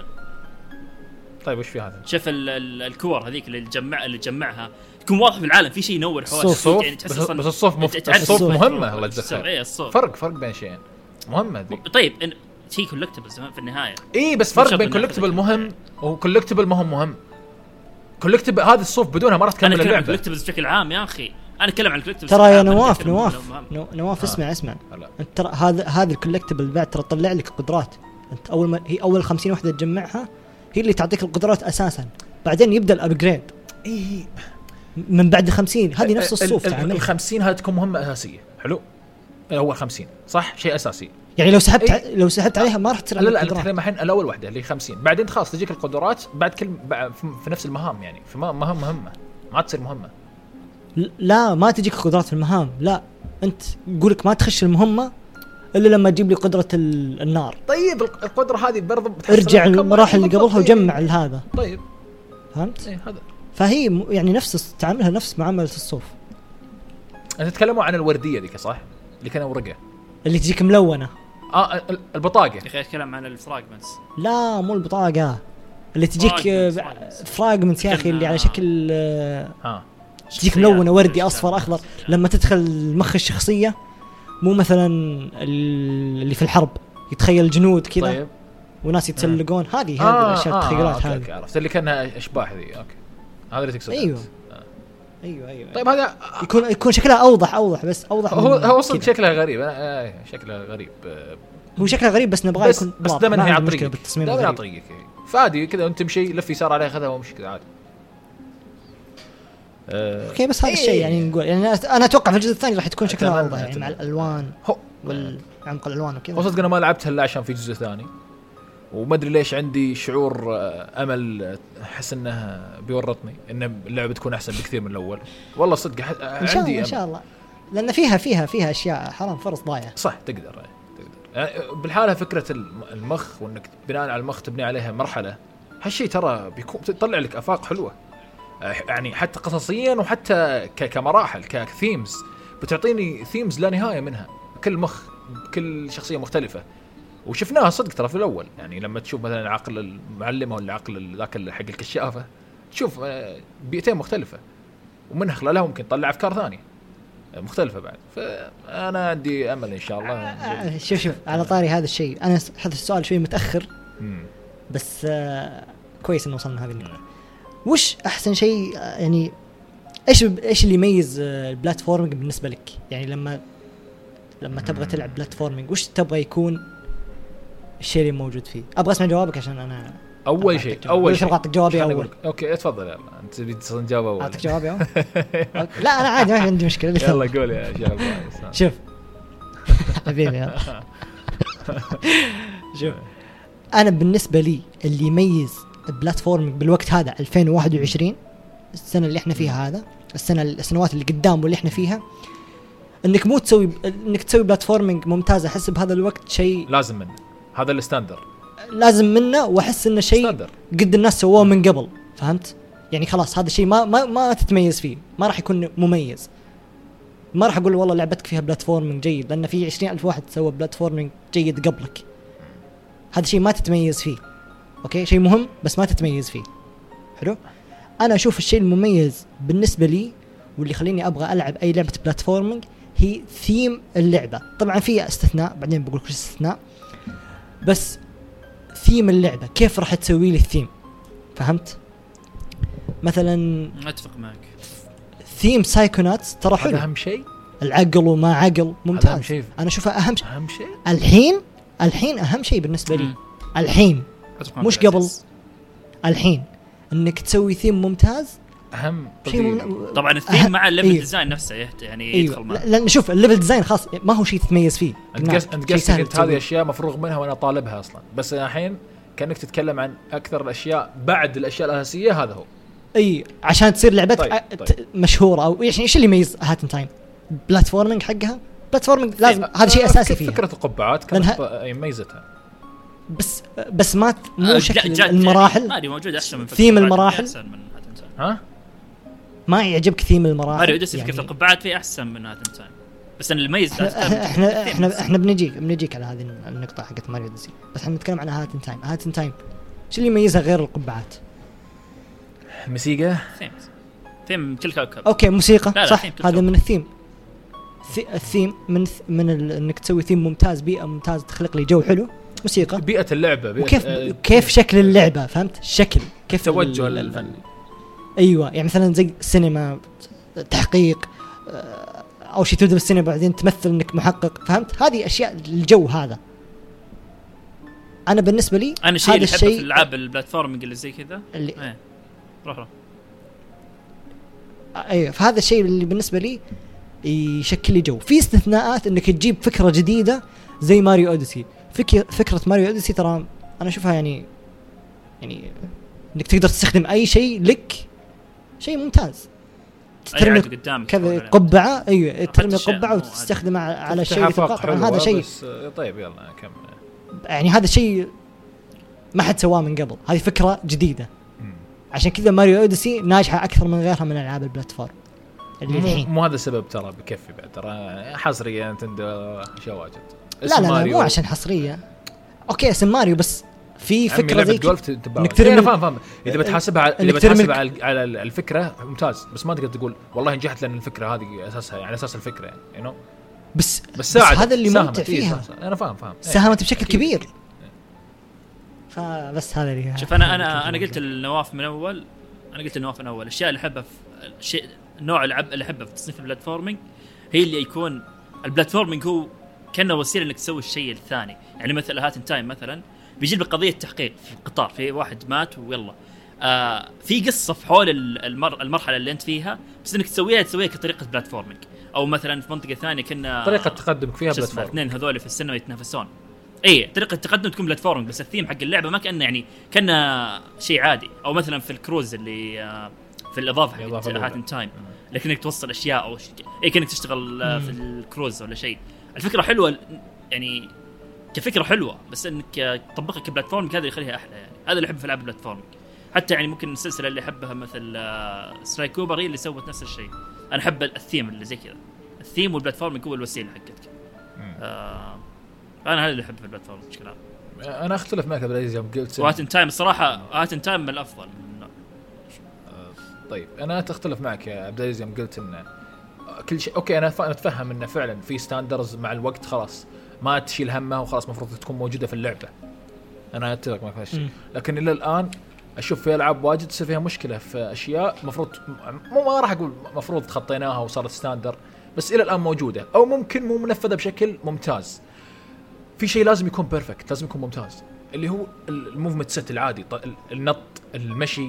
طيب وش في هذا شوف الكور هذيك اللي تجمع اللي تجمعها يكون واضح في العالم في شيء ينور حواليك يعني تحس بس, بس الصوف مف... الصوف مهمه الله يجزاك ايه الصوف فرق فرق بين شيئين مهمه ذي طيب شيء كولكتبلز في النهايه اي بس فرق بين كولكتبل مهم وكولكتبل ما هو مهم كولكتبل هذا الصوف بدونها ما راح تكمل اللعبه انا كولكتبلز بشكل عام يا اخي انا اتكلم عن الكولكتبلز ترى يا نواف نواف نواف اسمع اسمع انت ترى هذا هذا الكولكتبل بعد ترى تطلع لك قدرات انت اول ما هي اول خمسين وحده تجمعها هي اللي تعطيك القدرات اساسا بعدين يبدا الابجريد اي من بعد خمسين هذه نفس الصوف تعمل خمسين هذه تكون مهمه اساسيه حلو اول خمسين صح شيء اساسي يعني لو سحبت إيه؟ لو سحبت عليها ما راح تصير لا لا نتكلم الحين الاول وحده اللي خمسين بعدين خلاص تجيك القدرات بعد كل في نفس المهام يعني في مهام مهمه ما تصير مهمه لا ما تجيك قدرات في المهام لا انت يقولك ما تخش المهمه الا لما تجيب لي قدره النار طيب القدره هذه برضه ارجع المراحل اللي قبلها وجمع هذا طيب فهمت ايه هذا فهي يعني نفس تعاملها نفس معامله الصوف انت تتكلموا عن الورديه ذيك صح اللي كانت ورقه اللي تجيك ملونه اه البطاقه يا اخي اتكلم عن الفراغمنتس لا مو البطاقه اللي تجيك فراغمنتس يا اخي اللي على شكل ها تجيك ملونه وردي اصفر اخضر لما تدخل مخ الشخصيه مو مثلا اللي في الحرب يتخيل جنود كذا طيب. وناس يتسلقون هذه هذه آه الاشياء التخيلات هذه عرفت اللي كانها اشباح ذي اوكي هذا اللي تقصد ايوه آه. ايوه ايوه طيب هذا يكون يكون شكلها اوضح اوضح بس اوضح هو هو اصلا شكلها غريب انا آه شكلها غريب آه هو شكلها غريب بس نبغاه يكون بس دائما هي عطريق دائما عطريق فادي كذا وانت تمشي لف يسار عليه خذها ومشي كذا عادي أه اوكي بس هذا الشيء إيه يعني نقول يعني انا اتوقع في الجزء الثاني راح تكون شكلها اوضح يعني مع الالوان والعمق الالوان وكذا وصدق انا ما لعبتها الا عشان في جزء ثاني وما ادري ليش عندي شعور امل احس انه بيورطني ان اللعبه تكون احسن بكثير من الاول والله صدق عندي ان شاء الله لان فيها فيها فيها اشياء حرام فرص ضايعه. صح تقدر تقدر يعني بالحاله فكره المخ وانك بناء على المخ تبني عليها مرحله، هالشيء ترى بيكون تطلع لك افاق حلوه يعني حتى قصصيا وحتى كمراحل كثيمز، بتعطيني ثيمز لا نهايه منها، كل مخ كل شخصيه مختلفه. وشفناها صدق ترى في الاول يعني لما تشوف مثلا عقل المعلمه ولا عقل ذاك حق الكشافه، تشوف بيئتين مختلفه ومنها خلالها ممكن تطلع افكار ثانيه مختلفه بعد. فانا عندي امل ان شاء الله. شوف شوف على طاري هذا الشيء، انا هذا السؤال شوي متاخر مم. بس آه كويس انه وصلنا هذه النقطه. وش احسن شيء يعني ايش ايش اللي يميز البلاتفورمينج بالنسبه لك؟ يعني لما لما تبغى تلعب بلاتفورمينج وش تبغى يكون الشيء اللي موجود فيه؟ ابغى اسمع جوابك عشان انا اول شيء اول شيء اعطيك جوابي اول. اوكي تفضل يلا انت بتصير جواب اول. اعطيك جوابي اول. لا انا عادي ما عندي مشكله. يلا قول يا شباب. شوف حبيبي يلا شوف انا بالنسبه لي اللي يميز البلاتفورمينج بالوقت هذا ألفين وواحد وعشرين السنه اللي احنا فيها، هذا السنه السنوات اللي قدام واللي احنا فيها، انك مو تسوي انك تسوي بلاتفورمينج ممتاز. احس بهذا الوقت شيء لازم منه، هذا الستاندر لازم منه، واحس انه شيء قد الناس سووه من قبل. فهمت يعني؟ خلاص هذا الشيء ما ما ما تتميز فيه، ما راح يكون مميز. ما راح اقول والله لعبتك فيها بلاتفورمينج جيد لان في عشرين ألف واحد سوى بلاتفورمينج جيد قبلك. هذا شيء ما تتميز فيه. اوكي شيء مهم بس ما تتميز فيه. حلو. انا اشوف الشيء المميز بالنسبه لي واللي يخليني ابغى العب اي لعبه بلاتفورمينج هي ثيم اللعبه. طبعا في استثناء بعدين بقول لك استثناء، بس ثيم اللعبه كيف راح تسوي لي الثيم. فهمت؟ مثلا اتفق معك ثيم سايكوناتس ترى حلو، اهم شيء العقل وما عقل ممتاز. انا اشوفها اهم شيء. اهم شيء الحين الحين اهم شيء بالنسبه لي الحين مش قبل. الحين انك تسوي ثيم ممتاز اهم شيء. طبعا الثيم مع الليفل إيه؟ ديزاين نفسه يعني إيه؟ يدخل معه. لان شوف الليفل ديزاين خاص ما هو شيء تتميز فيه. انت قصدك هذه اشياء مفروغ منها وانا طالبها اصلا، بس الحين كانك تتكلم عن اكثر الاشياء بعد الاشياء الاساسيه. هذا هو اي عشان تصير لعبتك طيب. طيب. مشهوره او ايش ايش اللي يميز هات تايم بلاتفورمينج حقها. بلاتفورمينج لازم هذا شيء اساسي فيها. فكره القبعات كانت ميزتها، بس بس ما مو شكل المراحل. ماريو موجود احسن من ثيم المراحل. ها ما يعجبك ثيم المراحل؟ ماريو دس فكره القبعات فيه احسن من هات تايم، بس ان الميز احنا احنا احنا بنجيك بنجيك على هذه النقطه حقت ماريو دس، بس احنا نتكلم عن هات تايم. هات تايم شو اللي يميزها غير القبعات؟ موسيقى ثيم ثيم كل كوكب. اوكي موسيقى لا لا صح. هذا من الثيم. الثيم من من انك تسوي ثيم ممتاز، بيئه ممتاز تخلق لي جو حلو، موسيقى، بيئه اللعبه، بيئة وكيف آه كيف شكل اللعبه. فهمت الشكل كيف توجه الفن. ايوه يعني مثلا زي السينما تحقيق او شيء تبدا بالسينما بعدين تمثل انك محقق. فهمت؟ هذه اشياء الجو هذا. انا بالنسبه لي انا شيء اللي احبه في الالعاب البلاتفورمينج اللي زي كذا اللي ايه روح روح ايوه فهذا الشيء اللي بالنسبه لي يشكل لي جو. في استثناءات انك تجيب فكره جديده زي ماريو اوديسي. فكره فكره ماريو اوديسي ترى انا اشوفها يعني يعني انك تقدر تستخدم اي شيء لك شيء ممتاز. ترمي قدامك كذا قبعه. ايوه ترمي قبعه وتستخدمها على شيء طبعا هذا شيء طيب. يلا كمل. يعني هذا شيء ما حد سواه من قبل، هذه فكره جديده. عشان كذا ماريو اوديسي ناجحه اكثر من غيرها من العاب البلاتفورم اللي الحين. مو هذا السبب ترى، بكفي بعد ترى حصريه نتندو شواجد. لا لا, لا مو عشان حصريه. اوكي اسم ماريو بس في فكره زي انك ترمي. انا فاهم فاهم اذا بتحاسبها على اذا بتحاسبها على الفكره ممتاز، بس ما تقدر تقول والله نجحت لان الفكره هذه اساسها يعني اساس الفكره يعني you know؟ بس بس, بس هذا اللي ممتع فيها. انا فاهم فاهم ساهمت بشكل كبير. فبس هذا اللي شوف انا انا انا قلت النواف من اول انا قلت النواف من اول الاشياء اللي احبها في الشيء نوع العب اللي احبها في تصنيف البلاتفورمينج هي اللي يكون البلاتفورمينج هو كأنه وسيله انك تسوي الشيء الثاني. يعني مثل هات تايم مثلا بيجيب لك قضيه تحقيق في القطار، في واحد مات ويلا آه في قصه في حول المر المرحله اللي انت فيها، بس انك تسويها تسويها كطريقه بلاتفورمينج. او مثلا في منطقه ثانيه كنا طريقه تقدمك فيها بلاتفورم، اثنين هذول في السينما يتنافسون. اي طريقه التقدم تكون بلاتفورمينج، بس الثيم حق اللعبه ما كانه يعني كانه شيء عادي. او مثلا في الكروز اللي آه في الاضافه حق هات تايم لكنك توصل اشياء او شيء اي كانك تشتغل مم. في الكروز ولا شيء. الفكره حلوه يعني كفكره حلوه، بس انك تطبقها كبلاتفورم هذا اللي يخليها احلى يعني. هذا اللي احب في العاب البلاتفورم. حتى يعني ممكن السلسله اللي احبها مثل سراي كوبر هي اللي سوت نفس الشيء. انا احب الثيم اللي زي كذا، الثيم والبلاتفورم هو الوسيله حقتك. آه انا هذا اللي احب في البلاتفورم بشكل عام. انا اختلف معك ابدا زي ما قلت. وات ان تايم الصراحه هات ان تايم من الافضل. طيب انا اتختلف معك يا عبد العزيز يوم قلت ان كل شيء اوكي. انا اتفهم انه فعلا في ستاندرز مع الوقت خلاص ما تشيل همها وخلاص مفروض تكون موجوده في اللعبه. انا اتفق معك في هالشيء، لكن الى الان اشوف في العاب واجد تصير فيها مشكله في اشياء مفروض مو ما راح اقول مفروض تخطيناها وصارت ستاندر، بس الى الان موجوده او ممكن مو منفذه بشكل ممتاز. في شيء لازم يكون بيرفكت، لازم يكون ممتاز، اللي هو الموفمنت سيت العادي، النط، المشي،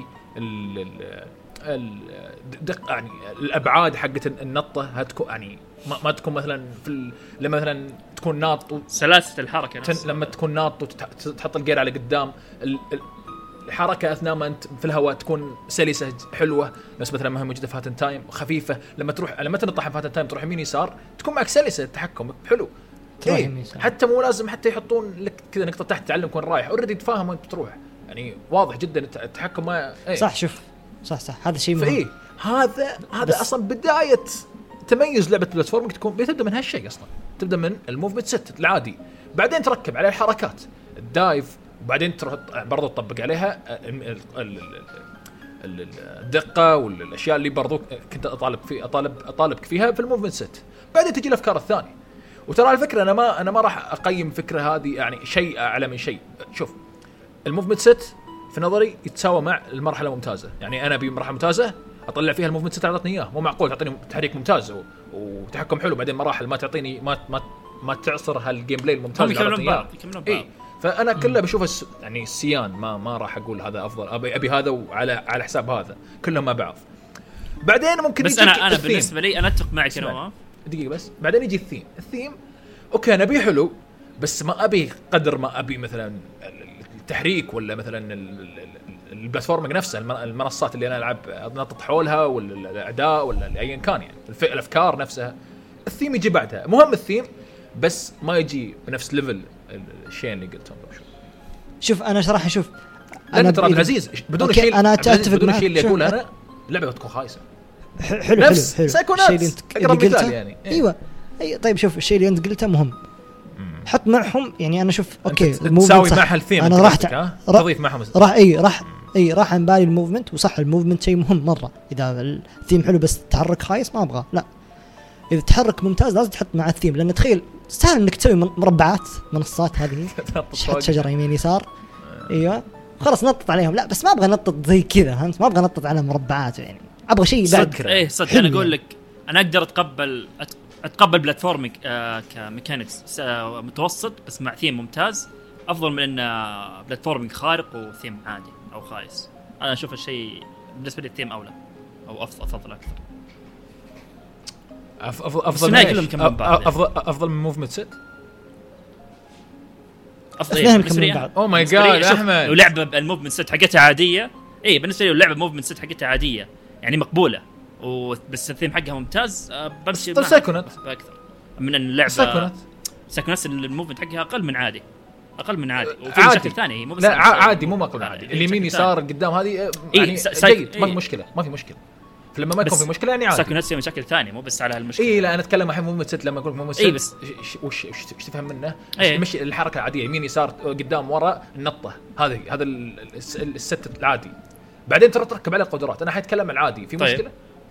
الدق يعني الابعاد حقت النطه هتكون يعني ما, ما تكون مثلا في لما مثلا تكون ناط سلاسه الحركه تن لما تكون ناط وتحط الجير على قدام، الحركه اثناء ما انت في الهواء تكون سلسه حلوه، بس مثلا ما هي موجوده في هات تايم خفيفه. لما تروح لما تنطح في هات تايم تروح يمين يسار تكون معك سلسه التحكم حلو. إيه؟ حتى مو لازم حتى يحطون لك كذا نقطه تحت تعلم كون رايح اوريدي تفهم وين بتروح، يعني واضح جدا التحكم ما إيه؟ صح. شوف صح صح هذا شيء مهم. إيه؟ هذا هذا اصلا بدايه تميز لعبه بلاتفورم تكون بتبدا من هالشيء اصلا، تبدا من الموفمنت سيت العادي، بعدين تركب عليه الحركات الدايف، وبعدين تروح برضو تطبق عليها الدقه والاشياء اللي برضو كنت اطالب في اطالب اطالبك فيها في الموفمنت سيت. بعدين تجي الافكار الثانيه. وترى على فكره انا ما انا ما راح اقيم فكره هذه يعني شيء اعلى من شيء. شوف الموفمنت سيت في نظري يتساوى مع المرحله الممتازه، يعني انا ابي مرحله ممتازه اطلع فيها الموفمنت سيت اعطتني اياه. مو معقول تعطيني تحريك ممتاز وتحكم حلو بعدين مراحل ما تعطيني ما ما ما تعصر هالجيم بلاي الممتاز اللي اعطيني اياه. إيه؟ فانا كله بشوف يعني السيان ما ما راح اقول هذا افضل ابي ابي هذا وعلى على حساب هذا، كلهم مع بعض. بعدين ممكن بس انا انا بالنسبه لي انا اتفق معك نواف دقيقه بس. بعدين يجي الثيم الثيم اوكي انا ابي حلو، بس ما ابي قدر ما ابي مثلا التحريك ولا مثلا البلاتفورمينج نفسه، المنصات اللي انا العب نطط حولها ولا الاعداء ولا ايا كان، يعني الافكار نفسها. الثيم يجي بعدها. مهم الثيم بس ما يجي بنفس ليفل الشيء اللي قلتهم قبل شوي. شوف انا شرح اشوف انا ترى عبد العزيز بدون شيء انا اتفق بدون الشيء اللي اقوله انا اللعبه بتكون خايسه. حلو نفس حلو سايكوناتس اقرب مثال يعني. ايوه اي طيب شوف الشيء اللي انت قلته مهم. حط معهم يعني انا شوف اوكي تساوي معها الثيم انا راح تضيف معهم راح اي راح اي راح عن بالي الموفمنت. وصح الموفمنت شيء مهم مره. اذا الثيم حلو بس تحرك خايس ما ابغى. لا اذا تحرك ممتاز لازم تحط مع الثيم، لان تخيل سهل انك تسوي مربعات منصات هذه تحط شجره يمين يسار ايوه خلاص نطط عليهم. لا بس ما ابغى نطط زي كذا فهمت، ما ابغى نطط على مربعات يعني ابغى شيء بعد. ايه صدق انا اقول لك انا اقدر اتقبل اتقبل بلاتفورمينج آه كميكانكس آه متوسط بس مع ثيم ممتاز افضل من ان آه بلاتفورمينج خارق وثيم عادي او خايس. انا اشوف الشيء بالنسبه لي الثيم اولى او افضل افضل اكثر. افضل افضل افضل افضل من موفمنت سيت افضل بالنسبه لي. او ماي جاد احمد ولعبه الموفمنت سيت حقتها عاديه. اي بالنسبه لي اللعبه موفمنت سيت حقتها عاديه يعني مقبوله وبس الثيم حقها ممتاز بمشي طيب سايكونات اكثر من اللعبه. سايكونات سايكونات الموفمنت حقها اقل من عادي اقل من عادي وفي مشاكل ثانيه مو بس لا عادي مو اقل من عادي. اليمين يسار قدام هذه يعني جيد ما في مشكله ما في مشكله. فلما ما يكون في مشكله يعني عادي. سايكونات فيها مشاكل ثانيه مو بس على هالمشكله. اي لا انا اتكلم الحين موفمنت سيت. لما اقول موفمنت سيت بس وش وش تفهم منه مش الحركه العاديه يمين يسار قدام ورا النطه هذه هذا الست العادي. بعدين ترى تركب عليه قدرات. انا حيتكلم العادي في مشكله.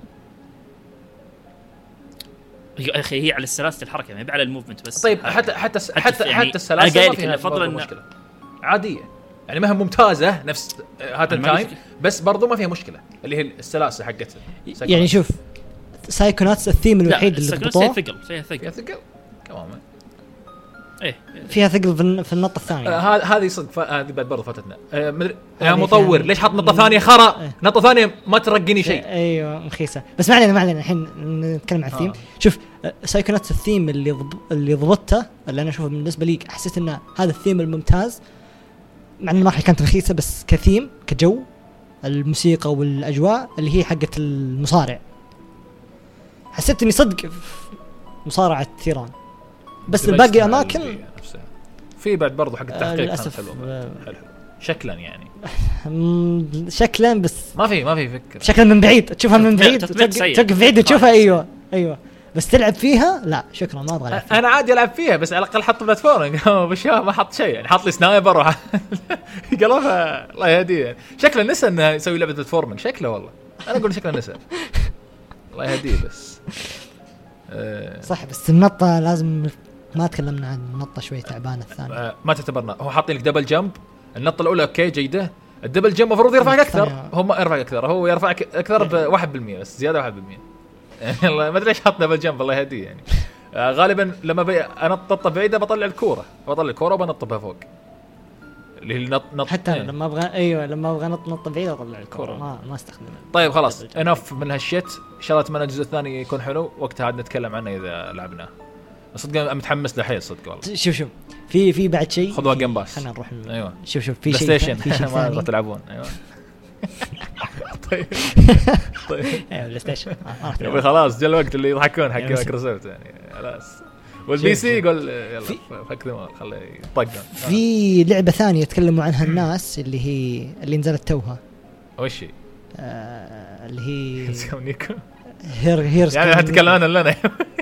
يا اخي هي على السلاسه الحركه ما هي على الموفمنت بس. طيب حتى حتى حتى حتى, يعني حتى السلاسه ما فيها فضلا مشكله عاديه يعني ما هي ممتازه نفس هات التايم بس برضو ما فيها مشكله اللي هي السلاسه حقتها. يعني شوف سايكوناتس الثيم الوحيد اللي ضبطوه فيها ثقل فيها ثقل فيها ثقل كمان ايه فيها ثقل في النقطه الثانيه. هذه آه هذه صدق هذه بعد برضو فاتتنا. آه مدري يا مطور ليش حط نقطه ثانيه خرا اه. نقطه ثانيه ما ترقني شيء. ايوه مخيسه بس ما علينا ما علينا الحين نتكلم عن الثيم. آه. شوف سايكوناتس الثيم اللي ضب... اللي ضبطته اللي انا اشوفه بالنسبه لي حسيت ان هذا الثيم الممتاز مع ان المرحله كانت رخيصه بس كثيم كجو الموسيقى والاجواء اللي هي حقه المصارع حسيت اني صدق في مصارعه ثيران، بس الباقي اماكن في بعد برضو حق التحقيق آه كان حلو حلو شكلا يعني شكلا، بس ما في ما في فكر شكلا من بعيد تشوفها من بعيد توقف بعيد تشوفها ايوه ايوه بس تلعب فيها لا شكرا ما ابغى العب فيها. انا عادي العب فيها بس على الاقل حط بلاتفورم بالشباب ما حط شيء يعني حط لي سنايبر وح... قلبها الله يهديه شكله نسى انه يسوي لعبه بلاتفورمينج شكله والله انا اقول شكله نسى الله يهديه بس أه صح. بس النطه لازم ما تكلمنا عن النطه شوي تعبانه الثانيه أه ما تعتبرنا هو حاطين لك دبل جمب النطه الاولى اوكي جيده الدبل جمب المفروض يرفعك اكثر هو ما يرفعك اكثر هو يرفعك اكثر ب واحد بالمية بس زياده واحد بالمية والله ما ادري ليش حط دبل جمب الله يهديه يعني آه غالبا لما بي... انا نطه بعيده بطلع الكوره بطلع الكوره وبنط بها فوق اللي هي نط نط حتى ايه. لما ابغى ايوه لما ابغى نط نط بعيده اطلع الكوره ما ما استخدمها. طيب خلاص انف من هالشيت ان شاء الله اتمنى الجزء الثاني يكون حلو وقتها عاد نتكلم عنه اذا لعبناه صدق متحمس له حيل صدق والله. شوف شوف في في بعد شيء خذوا جيم باس خلينا نروح ال... ايوه شوف شوف في شيء في شيء ما تبغى تلعبون ايوه طيب طيب ايوه بلاي ستيشن يبي خلاص جاء الوقت اللي يضحكون حق مايكروسوفت يعني خلاص والبي سي يقول يلا فك ذم خليه يطقم. في لعبه ثانيه يتكلموا عنها الناس اللي هي اللي نزلت توها وش هي آه اللي هي سكامنيكو هير هير يعني هتكلم انا لنا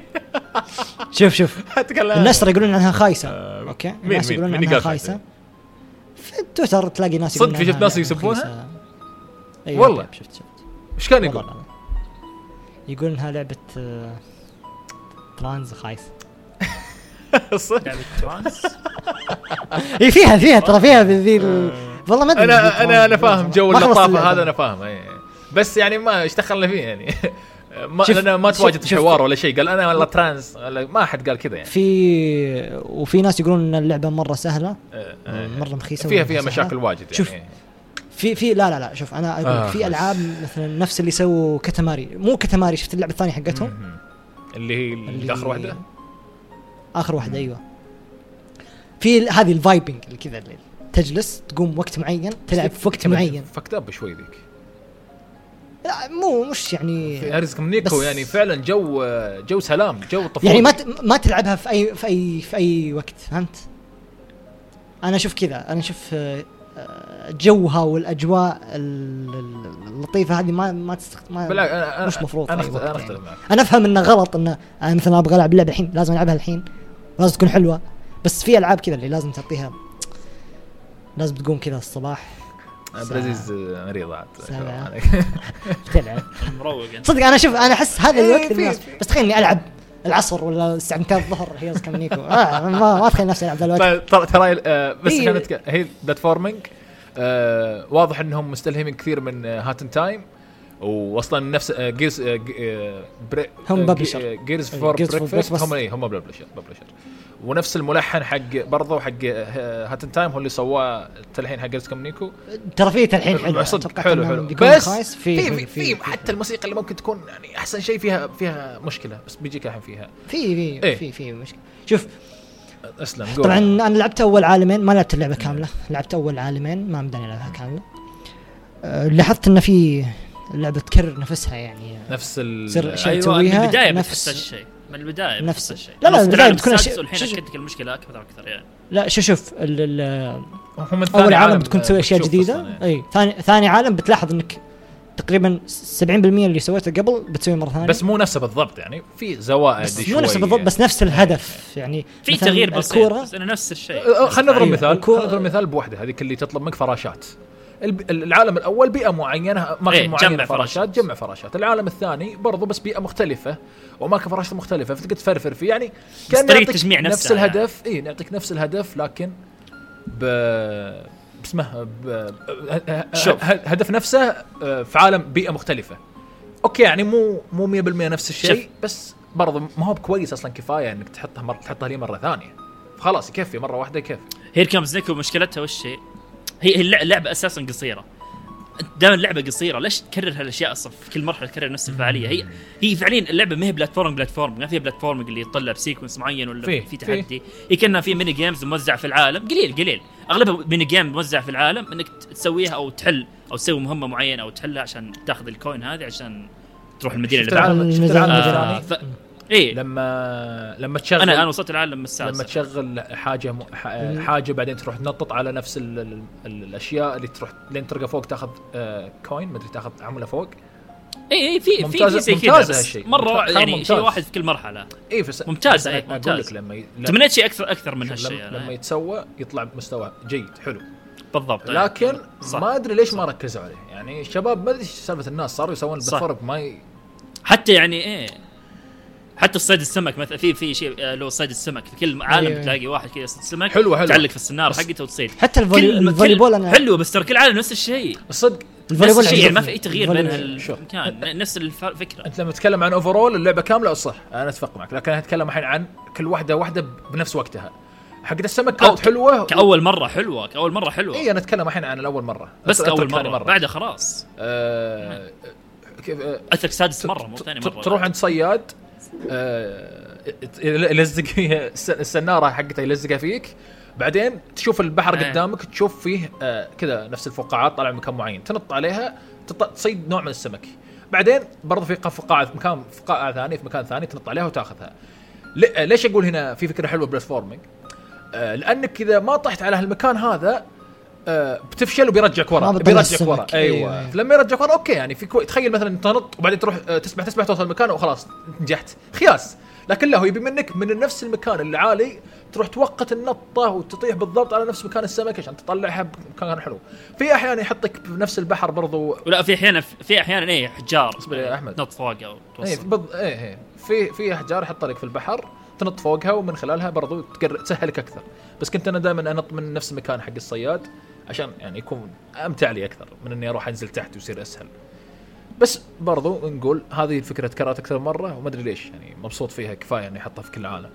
شوف شوف الناس يقولون عنها خايسه آه اوكي الناس يقولون عنها خايسه في تويتر تلاقي ناس صدق في شفت ناس يسبونها أيوة والله شفت شفت ايش كان يقول يقول انها لعبه ترانز خايس لعبه ترانز هي فيها فيها ترى فيها ذي والله ما ادري انا انا انا فاهم جو اللطافه هذا انا فاهم اي بس يعني ما ايش دخلنا فيه يعني ما انا ما تواجد حوار ولا شيء قال انا ولا ترانز ما حد قال كذا يعني في وفي ناس يقولون ان اللعبه مره سهله مره مخيسه فيها فيها مشاكل واجد يعني في في لا لا لا شوف انا اقول آه في العاب مثلا نفس اللي سووا كتماري مو كتماري شفت اللعبه الثانيه حقتهم اللي هي اللي اخر واحده اخر واحده ايوه في هذه الفايبنج اللي كذا اللي تجلس تقوم وقت معين تلعب في وقت معين فكت اب شوي ذيك لا مو مش يعني في ارز كومنيكو يعني فعلا جو جو سلام جو طفولي يعني ما ما تلعبها في اي في اي في اي وقت فهمت انا اشوف كذا انا اشوف جوها والاجواء اللطيفه هذه ما ما تستخدم ما مش مفروض انا انا, أنا, يعني. أنا افهم انه غلط انه انا مثلا ابغى العب لعبه الحين لازم العبها الحين لازم تكون حلوه بس في العاب كذا اللي لازم تعطيها لازم تقوم كذا الصباح بريز مريض عاد تلعب مروق صدق انا شوف انا احس هذا الوقت الناس بس تخيلني العب العصر ولا الساعه اثنين الظهر هي كمنيكو آه ما ما اتخيل نفسي العب ذا الوقت ترى ترى آه بس خلينا نتكلم هي بلاتفورمينج آه واضح انهم مستلهمين كثير من هاتن تايم واصلا نفس جيرز آه آه هم ببلشر جيرز فور بريكفاست هم اي هم ببلشر ببلشر ونفس الملحن حق برضه حق هاتن تايم هو اللي سواه التلحين حق جيرز كومنيكو ترى فيه تلحين حلو حلو حلو بس في في, في حتى الموسيقى اللي ممكن تكون يعني احسن شيء فيها فيها مشكله بس بيجيك الحين فيها في في إيه؟ في في مشكله شوف اسلم طبعا انا لعبت اول عالمين ما لعبت اللعبه كامله لعبت اول عالمين ما مداني العبها كامله أه لاحظت ان في اللعبه تكرر نفسها يعني نفس ال ايوه من البدايه نفس الشيء من البدايه نفس الشيء لا لا البدايه بتكون شيء الحين اكدك المشكله اكثر اكثر يعني لا شوف شوف اول عالم بتكون تسوي اشياء جديده اي ثاني ثاني عالم بتلاحظ انك تقريبا سبعين بالمية اللي سويته قبل بتسوي مره ثانيه بس مو نفسه بالضبط يعني في زوائد شوي مو نفسه بالضبط بس نفس الهدف يعني في تغيير بسيط بس انه نفس الشيء خلينا نضرب مثال خلينا نضرب مثال بوحده هذيك اللي تطلب منك فراشات العالم الاول بيئه معينه اماكن ايه معينه فراشات جمع فراشات العالم الثاني برضو بس بيئه مختلفه واماكن فراشات مختلفه فتقدر تفرفر فيه يعني كان يعطيك نفس الهدف يعني. اي نعطيك نفس الهدف لكن ب اسمه ب... هدف نفسه في عالم بيئه مختلفه اوكي يعني مو مو مية بالمية نفس الشيء بس برضو ما هو كويس اصلا كفايه انك تحطها مره تحطها لي مره ثانيه خلاص يكفي مره واحده يكفي هير كامز نيكو مشكلتها وش هي هي اللعبه اساسا قصيره دائما اللعبه قصيره ليش تكرر هالاشياء اصلا في كل مرحله تكرر نفس الفعاليه هي هي فعليا اللعبه ما هي بلاتفورم بلاتفورم ما فيها بلاتفورم اللي يطلع بسيكونس معين ولا في, في تحدي هي كانها في ميني جيمز موزعه في العالم قليل قليل اغلبها ميني جيم موزعه في العالم انك تسويها او تحل او تسوي مهمه معينه او تحلها عشان تاخذ الكوين هذه عشان تروح المدينه اللي بعدها. ف... ايه لما لما تشغل انا انا وصلت العالم السادس لما تشغل حاجه م... ح... حاجه بعدين تروح تنطط على نفس ال... ال... الاشياء اللي تروح لين ترقى فوق تاخذ آه... كوين ما ادري تاخذ عمله فوق. اي اي في في زي كذا مره يعني شيء واحد في كل مرحله. اي فس... ممتاز. اي ممتاز. لما ي... تمنيت شيء اكثر اكثر من هالشيء لما, لما يتسوى يطلع بمستوى جيد حلو بالضبط. لكن صح. ما ادري ليش صح. ما ركزوا عليه يعني الشباب ما ادري ايش سالفه الناس صاروا يسوون بالفرق ما ي... حتى يعني ايه حتى صيد السمك مثلا في في شيء لو صيد السمك في كل عالم أيوة. تلاقي واحد كذا يصيد السمك حلو حلو تعلق في السناره حقته وتصيد. حتى الفولي بول انا حلو بس ترى كل عالم نفس الشيء الصدق الفولي بول شيء ما في اي تغيير بين المكان نفس الفكره. انت لما تتكلم عن اوفرول اللعبه كامله صح انا اتفق معك لكن اتكلم الحين عن كل واحده واحده بنفس وقتها. حق السمك كانت حلوه كاول مره حلوه كاول مره حلوه اي انا اتكلم الحين عن الاول مره بس اول مره, مرة. بعدها خلاص آه اثرك سادس مره مو ثاني مره تروح عند صياد آه يلزق فيها السناره حقته يلزقها فيك بعدين تشوف البحر آه. قدامك تشوف فيه آه كذا نفس الفقاعات طالع من مكان معين تنط عليها تصيد نوع من السمك بعدين برضو في فقاعه في مكان فقاعه ثانيه في مكان ثاني تنط عليها وتاخذها. ليش اقول هنا في فكره حلوه بلاتفورمينج آه لانك اذا ما طحت على هالمكان هذا آه بتفشل وبيرجعك ورا بيرجعك ورا ايوه, أيوة. لما يرجعك ورا اوكي يعني في كو... تخيل مثلا تنط وبعدين تروح آه تسبح تسبح توصل المكان وخلاص نجحت خياس لكن لا هو يبي منك من نفس المكان اللي عالي تروح توقت النطه وتطيح بالضبط على نفس مكان السمك عشان تطلعها بمكان حلو. في احيانا يحطك بنفس البحر برضو ولا في احيانا في احيانا ايه حجار اصبر يا احمد نط فوق او توصل ايه بض... ايه ايه في في احجار يحط لك في البحر تنط فوقها ومن خلالها برضو تقر... تسهلك اكثر. بس كنت انا دائما انط من نفس المكان حق الصياد عشان يعني يكون امتع لي اكثر من اني اروح انزل تحت ويصير اسهل. بس برضو نقول هذه الفكره تكررت اكثر مره وما ادري ليش يعني مبسوط فيها كفايه اني احطها في كل العالم.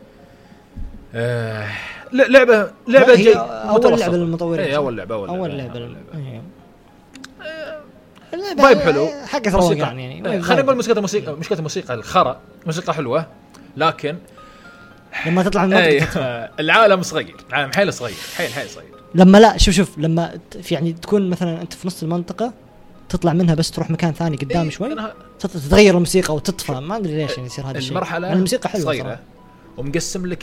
آه لعبه لعبه جي اول لعبه للمطورين اي اول لعبه اول لعبه, أول لعبة. أول لعبة. آه فايب حلو حق ثروه يعني خلينا نقول موسيقى موسيقى مشكله الموسيقى الخرا موسيقى حلوه لكن لما تطلع من المنطقه العالم صغير العالم حيل صغير حيل حيل صغير لما لا شوف شوف لما في يعني تكون مثلا انت في نص المنطقه تطلع منها بس تروح مكان ثاني قدام إيه شوي تتغير الموسيقى وتطفى ما ادري ليش يعني يصير هذا الشيء. المرحله الموسيقى حلوه صغيره ومقسم لك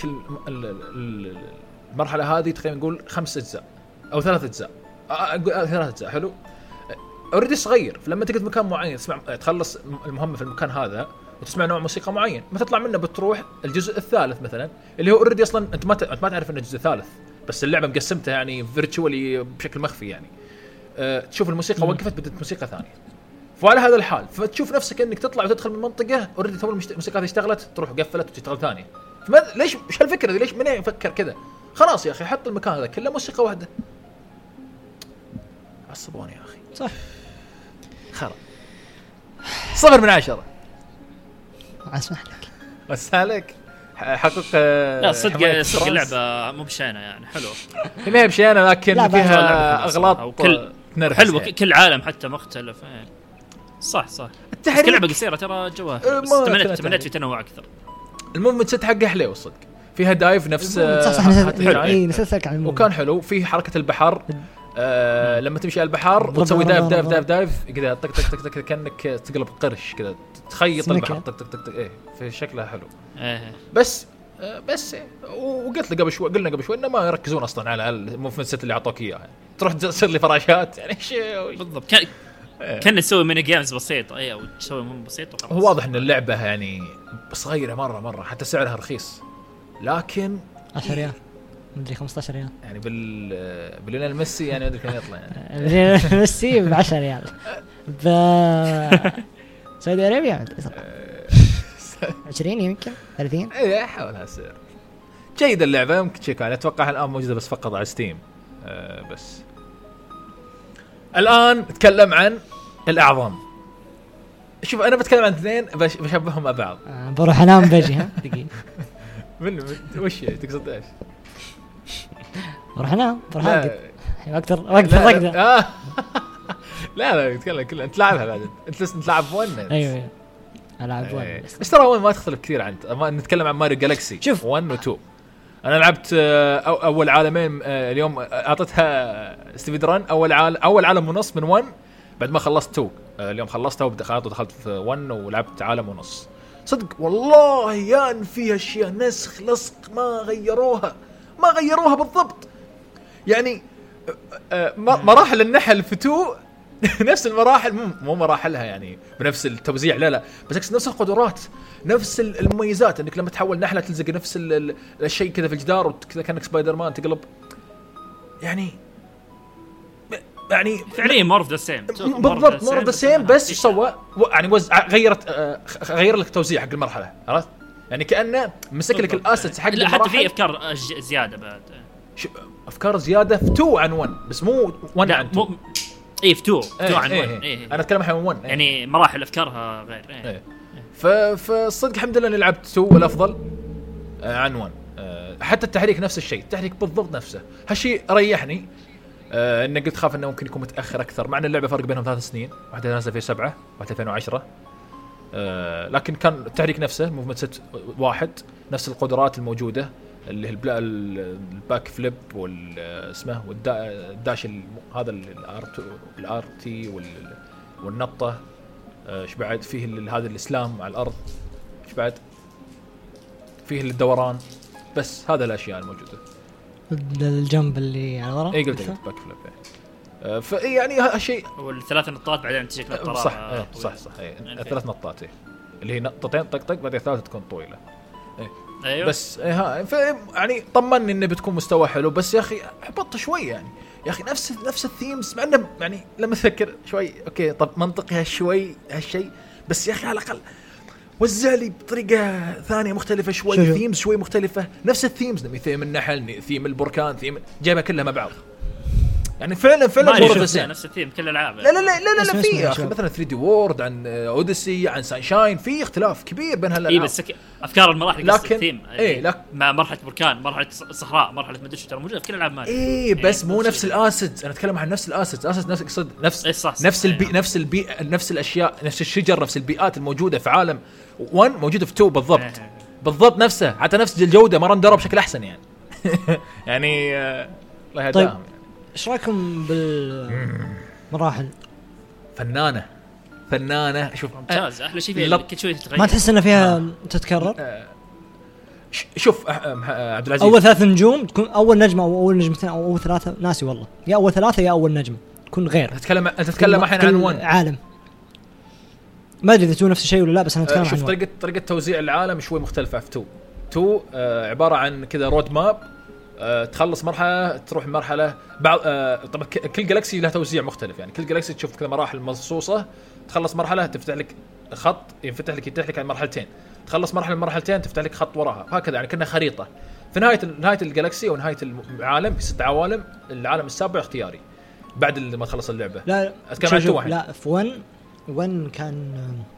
المرحله هذه تقريبا نقول خمس اجزاء او ثلاث اجزاء ثلاث اجزاء حلو اوريدي صغير. فلما تقعد مكان معين تسمع تخلص المهمه في المكان هذا وتسمع نوع موسيقى معين ما تطلع منه بتروح الجزء الثالث مثلا اللي هو اوريدي اصلا انت ما انت ما تعرف انه الجزء الثالث بس اللعبه مقسمتها يعني فيرتشوالي بشكل مخفي يعني أه تشوف الموسيقى مم. وقفت بدت موسيقى ثانيه. فعلى هذا الحال فتشوف نفسك انك تطلع وتدخل من منطقه اوريدي تو الموسيقى هذه اشتغلت تروح قفلت وتشتغل ثانيه. فما ليش ايش هالفكره دي ليش من يفكر كذا خلاص يا اخي حط المكان هذا كله موسيقى واحده عصبوني يا اخي صح خلاص صفر من عشرة اسمح لك اسالك حقق لا صدق صدق اللعبه مو بشينه يعني حلو ما هي بشينه لكن فيها اغلاط كل حلوه يعني. كل عالم حتى مختلف يعني. صح صح كل لعبه قصيره ترى جواها تمنيت تمنيت في تنوع اكثر. الموفمنت ست حقه حلو صدق فيها دايف نفس صح اي نسيتك عن وكان حلو في حركه البحر آه لما تمشي على البحر وتسوي دايف دايف دايف دايف كذا طق طق طق طق كانك تقلب قرش كذا تخيط البحر طق طق طق ايه في شكلها حلو ايه بس آه بس وقلت لك قبل شوي قلنا قبل شوي انه ما يركزون اصلا على الموفمنت ست اللي اعطوك اياها تروح تصير لي فراشات يعني شيء بالضبط كان إيه. كان نسوي ميني جيمز بسيطه اي او تسوي مو بسيط وخلاص. هو واضح ان اللعبه يعني صغيره مره مره حتى سعرها رخيص لكن عشرة ريال مدري خمسة عشر ريال يعني بال بليونيل ميسي يعني مدري كم يطلع يعني بليونيل ميسي ب عشرة ريال ب سعودي عربية عشرين يمكن ثلاثين اي حولها سعر جيد. اللعبه يمكن تشيك عليها اتوقع الان موجوده بس فقط على ستيم أه بس الان نتكلم عن الاعظم. شوف انا بتكلم عن اثنين بشبههم مع بعض أه بروح انام بجي ها دقيقه من وش تقصد ايش بروح انام بروح اقعد وقت وقت الرقده لا لا نتكلم كله انت لاعبها بعد انت لسه تلعب ون ايوه العب ون بس ترى ون ما تختلف كثير عن ما نتكلم عن ماريو جالكسي ون و تو. انا لعبت اول عالمين اليوم اعطيتها ستيفيد ران اول عالم اول عالم ونص من ون بعد ما خلصت تو اليوم خلصتها وبدأت ودخلت في ون ولعبت عالم ونص. صدق والله يا ان فيها اشياء نسخ لصق ما غيروها ما غيروها بالضبط. يعني مراحل النحل في تو نفس المراحل، مو مو مراحلها يعني بنفس التوزيع، لا لا بس نفس القدرات نفس المميزات، انك لما تحول نحله تلزق نفس الشيء كذا في الجدار وكذا كانك سبايدر مان تقلب. يعني يعني فعليا مور ذا سيم بالضبط، مور ذا سيم بس سوى يعني وزع غيرت غير لك توزيع حق المرحله، عرفت يعني كانه مسك لك الاسيتس حق المراحل. حتى في افكار زياده بعد، افكار زياده في تو عن ون بس مو ون عن تو. ايه في تو ايه تو عن ايه ون ايه ايه. انا اتكلم عن ون ايه. يعني مراحل افكارها غير ايه. ايه. فالصدق الحمد لله اني لعبت تو الافضل عن ون. حتى التحريك نفس الشيء، التحريك بالضبط نفسه، هالشيء ريحني. آه اني قلت خاف انه ممكن يكون متاخر اكثر، مع ان اللعبه فرق بينهم ثلاث سنين، واحده نازله في سبعة واحده ألفين وعشرة. آه لكن كان التحريك نفسه، موفمنت ست واحد، نفس القدرات الموجوده اللي هي الباك فليب والاسمه والداش هذا الار تي والنطه. ايش آه بعد فيه هذا الاسلام على الارض، ايش بعد فيه الدوران، بس هذا الاشياء الموجوده. الجنب اللي على ورا اي قلت لك باك فليب. آه فيعني هالشيء والثلاث نطات بعدين تجيك نطه صح. آه صح صح ايه. ثلاث نطات ايه. اللي هي نطتين طق طق بعدين ثلاثه تكون طويله. ايه. أيوه. بس ايه ها يعني طمني انه بتكون مستوى حلو، بس يا اخي حبطت شوي يعني. يا اخي نفس نفس الثيمز، مع انه يعني لما افكر شوي اوكي طب منطقي هالشوي هالشيء، بس يا اخي على الاقل وزع لي بطريقه ثانيه مختلفه شوي، ثيمز شوي مختلفه. نفس الثيمز نبي ثيم النحل، ثيم البركان، ثيم جايبها كلها مع بعض. يعني فعلا فعلا نفس الثيم كل الالعاب. لا لا لا لا, لا في يا اخي مثلا ثري دي وورد عن اوديسي عن سانشاين، في اختلاف كبير بين هالالعاب. اي بس افكار المراحل لكن الثيم ايه لك مع مرحله بركان، مرحله صحراء، مرحله مدري ترى موجوده في كل الالعاب مالي. ايه بس مو نفس الاسيدز، انا اتكلم عن نفس الاسيدز، اسيد نفس اقصد نفس إيه صح صح نفس البي أيه. نفس البي نفس الاشياء، نفس الشجر، نفس البيئات الموجوده في عالم واحد موجوده في تو بالضبط. أيه. بالضبط نفسه، حتى نفس الجوده ما رندروا بشكل احسن يعني. يعني الله يهداهم. طيب ايش رايكم بالمراحل؟ فنانه فنانه شوف ممتاز. احلى شيء فيها كل شوي تتغير، ما تحس ان فيها تتكرر. آه. شوف عبد العزيز، اول ثلاث نجوم تكون اول نجمه او اول نجمتين او اول ثلاثه، ناسي والله، يا اول ثلاثه يا اول نجمه تكون غير. تتكلم تتكلم الحين عن ون عالم، ما ادري اذا تو نفس الشيء ولا لا، بس انا اتكلم آه عن شوف طريقه طريقه توزيع العالم شوي مختلفه في تو. تو آه عباره عن كذا رود ماب، أه تخلص مرحله تروح مرحله بعض. أه طبعا كل جالكسي له توزيع مختلف، يعني كل جالكسي تشوف كذا مراحل مصصوصه، تخلص مرحله تفتح لك خط ينفتح لك يفتح لك مرحلتين، تخلص مرحله من مرحلتين تفتح لك خط وراها، هكذا يعني كنا خريطه. في نهايه نهايه الجالكسي ونهايه العالم في ست عوالم، العالم السابع اختياري بعد ما تخلص اللعبه. لا اتكلم عن تو واحد. لا في ون ون كان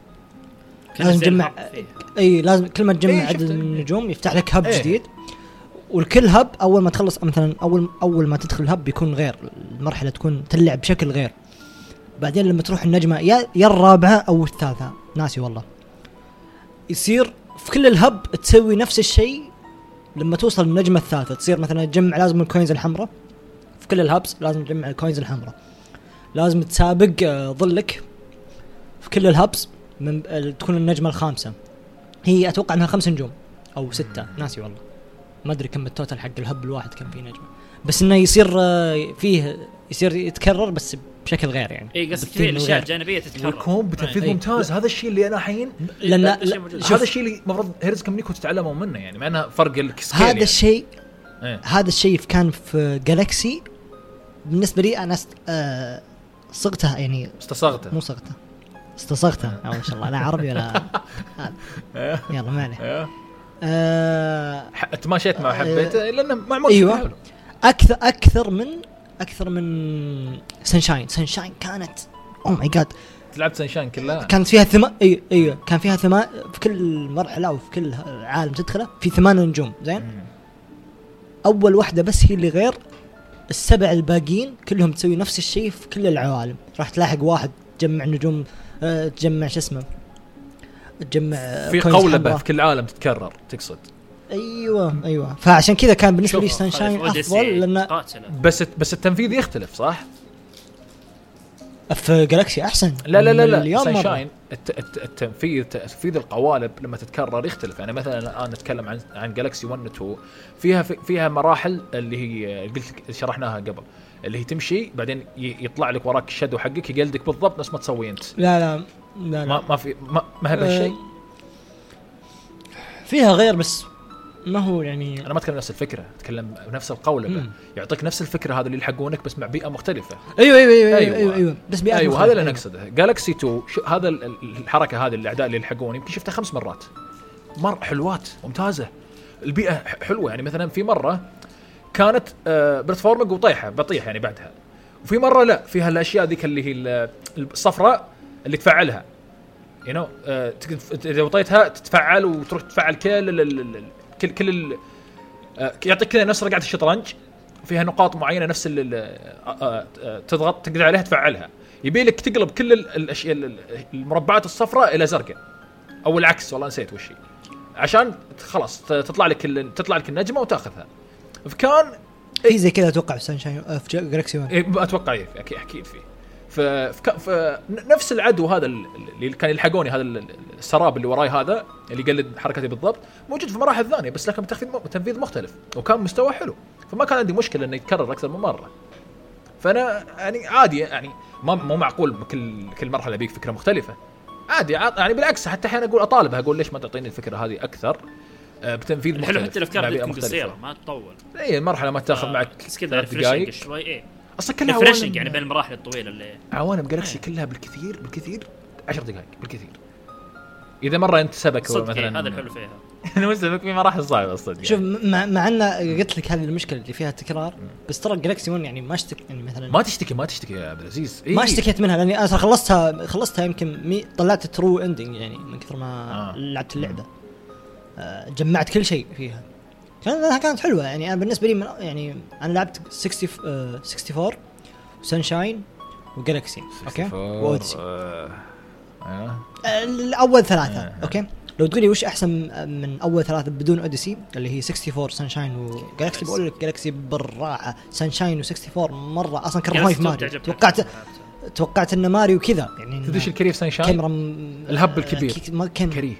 لازم تجمع، اي لازم كل ما تجمع عدد من النجوم يفتح لك هب ايه. جديد، والكل هب اول ما تخلص مثلا اول اول ما تدخل الهب بيكون غير، المرحله تكون تلعب بشكل غير. بعدين لما تروح النجمه يا يا الرابعه او الثالثه ناسي والله، يصير في كل الهب تسوي نفس الشيء. لما توصل للنجمه الثالثه تصير مثلا تجمع لازم الكوينز الحمراء في كل الهبس، لازم تجمع الكوينز الحمراء، لازم تسابق ظلك في كل الهبس من تكون النجمه الخامسه. هي اتوقع انها خمس نجوم او ستة ناسي والله، ما ادري كم التوتال حق الهب الواحد كم فيه نجمه، بس انه يصير فيه يصير يتكرر بس بشكل غير يعني. اي قصدك في الاشياء الجانبيه تتكرر ويكون بتنفيذ أي. ممتاز. هذا الشيء اللي انا الحين لان هذا الشيء اللي المفروض هيرز كومنيكو تتعلموا منه، يعني مع انه فرق السكيل. هذا يعني. الشيء أيه. هذا الشيء كان في جالكسي بالنسبه لي انا آه صغته يعني استصغته مو صغته استصغته او ما شاء الله لا عربي ولا يلا ما عليه. آه تماشيت مع حبيته آه لانه معمول ايوه اكثر اكثر من اكثر من سانشاين. سانشاين كانت او ماي جاد، لعبت سانشاين كلها كانت فيها ثما ايوه ايوه كان فيها ثما في كل مرحله وفي كل عالم تدخله في ثمان نجوم زين. مم. اول واحده بس هي اللي غير، السبع الباقيين كلهم تسوي نفس الشيء في كل العوالم. راح تلاحق واحد تجمع نجوم، أه تجمع شو اسمه تجمع في قولبه في كل عالم تتكرر تقصد. ايوه ايوه فعشان كذا كان بالنسبه لي سانشاين افضل، لان بس بس التنفيذ يختلف صح. في جالكسي احسن. لا لا لا لا سانشاين التنفيذ تنفيذ القوالب لما تتكرر يختلف. يعني مثلا الان نتكلم عن عن جالكسي واحد و اثنين فيها فيها مراحل اللي هي قلت شرحناها قبل اللي هي تمشي بعدين يطلع لك وراك الشادو حقك يقلدك بالضبط نفس ما تسوي انت. لا لا لا, لا. ما ما في ما, ما هذا الشيء فيها غير بس ما هو يعني انا ما اتكلم نفس الفكره اتكلم نفس القولبه يعطيك نفس الفكره هذا اللي يلحقونك بس مع بيئه مختلفه. ايوه ايوه ايوه ايوه, أيوة, أيوة. بس بيئه ايوه هذا اللي نقصده. جالكسي اثنين هذا الحركه هذه الاعداء اللي يلحقون يمكن شفتها خمس مرات مر حلوات ممتازه البيئه حلوه. يعني مثلا في مره كانت بلاتفورمينج وطيحه بطيح يعني بعدها وفي مره لا فيها الاشياء ذيك اللي هي الصفراء اللي تفعلها you know اذا وطيتها تتفعل وتروح تفعل كل كل كل يعطيك كذا نفس رقعة الشطرنج فيها نقاط معينة نفس اللي تضغط تقدر عليها تفعلها. يبي لك تقلب كل الاشياء المربعات الصفراء الى زرقاء او العكس والله نسيت وش هي عشان خلاص تطلع لك تطلع لك النجمة وتاخذها. فكان في زي كذا اتوقع في سانشاين في جالكسي واحد اتوقع ايه اكيد فيه. فنفس العدو هذا اللي كان يلحقوني هذا السراب اللي وراي هذا اللي يقلد حركتي بالضبط موجود في مراحل ثانيه بس لكن تنفيذ مختلف وكان مستوى حلو فما كان عندي مشكله انه يتكرر اكثر من مره. فانا يعني عادي يعني ما مو معقول كل كل مرحله بيك فكره مختلفه عادي يعني بالعكس حتى احيانا اقول اطالبها اقول ليش ما تعطيني الفكره هذه اكثر بتنفيذ مختلف. حلو حتى الافكار تكون قصيره ما تطول اي المرحله ما تاخذ آه معك ثلاث دقائق شوي ايه اصلا كلها عوالم يعني بين المراحل الطويله اللي عوالم جالكسي كلها بالكثير بالكثير عشر دقائق بالكثير. اذا مره انت سبك مثلا هذا الحلو فيها انا مستفك في مراحل صعبه الصدق. شوف مع, مع ان قلت لك هذه المشكله اللي فيها تكرار بس ترى جالكسي واحد يعني ما اشتكي يعني مثلا ما تشتكي ما تشتكي يا عبد العزيز إيه؟ ما اشتكيت منها لاني انا خلصتها خلصتها يمكن مي... طلعت ترو اندنج يعني من كثر ما آه. لعبت اللعبه آه جمعت كل شيء فيها كانت كانت حلوه. يعني انا بالنسبه لي من يعني انا لعبت ستين أربعة وستين سانشاين وجالكسي اوكي واوديسي آه. آه. الاول ثلاثه آه. اوكي لو تقولي وش احسن من اول ثلاثه بدون اوديسي اللي هي أربعة وستين سانشاين وجالكسي بقول لك جالكسي بالراحه سانشاين و64 مره اصلا كرهوني في ماريو توقعت توقعت ان ماريو كذا يعني تدري الكريه في سانشاين كاميرا م... الهب الكبير ما كان كريه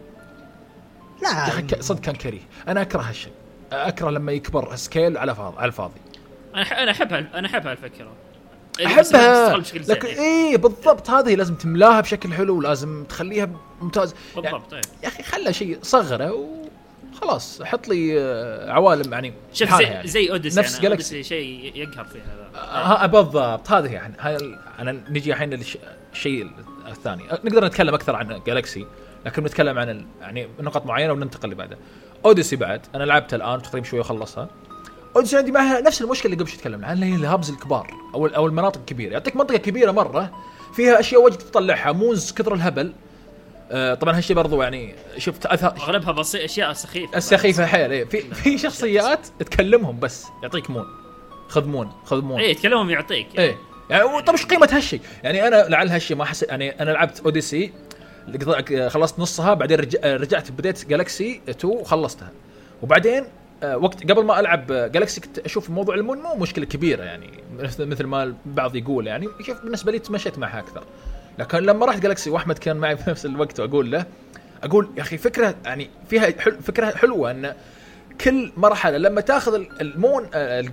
لا صدق كان كريه. انا اكره هالشيء اكره لما يكبر سكيل على فاضي على الفاضي. انا انا احبها انا احبها الفكره احبها لكن ايه بالضبط هذه لازم تملاها بشكل حلو ولازم تخليها ممتاز بالضبط يعني يا اخي خلى شيء صغره وخلاص حط لي عوالم يعني شوف زي, يعني. زي اوديسي نفس يعني اوديسي شيء يقهر فيها هذا آه بالضبط هذه يعني هاي انا نجي الحين للشيء الثاني نقدر نتكلم اكثر عن جالكسي لكن نتكلم عن يعني نقاط معينه وننتقل اللي بعدها. اوديسي بعد انا لعبتها الان تقريبا شويه وخلصها. اوديسي عندي معها نفس المشكله اللي قبل شوي تكلمنا عنها اللي هي الهبز الكبار او او المناطق الكبيره. يعطيك منطقه كبيره مره فيها اشياء وجد تطلعها موز كثر الهبل. آه طبعا هالشيء برضو يعني شفت اغلبها بسيط اشياء سخيفه السخيفه حيل إيه. في في شخصيات تكلمهم بس يعطيك مون خذ مون خذ مون ايه تكلمهم يعطيك يعني. ايه يعني طب ايش قيمه هالشيء يعني انا لعل هالشيء ما حس يعني انا لعبت اوديسي خلصت نصها بعدين رجعت بديت جالكسي اثنين وخلصتها وبعدين وقت قبل ما العب جالكسي كنت اشوف موضوع المون مو مشكله كبيره يعني مثل ما البعض يقول يعني شوف بالنسبه لي تمشيت معها اكثر. لكن لما رحت جالكسي واحمد كان معي في نفس الوقت واقول له اقول يا اخي فكره يعني فيها حل فكره حلوه ان كل مرحله لما تاخذ المون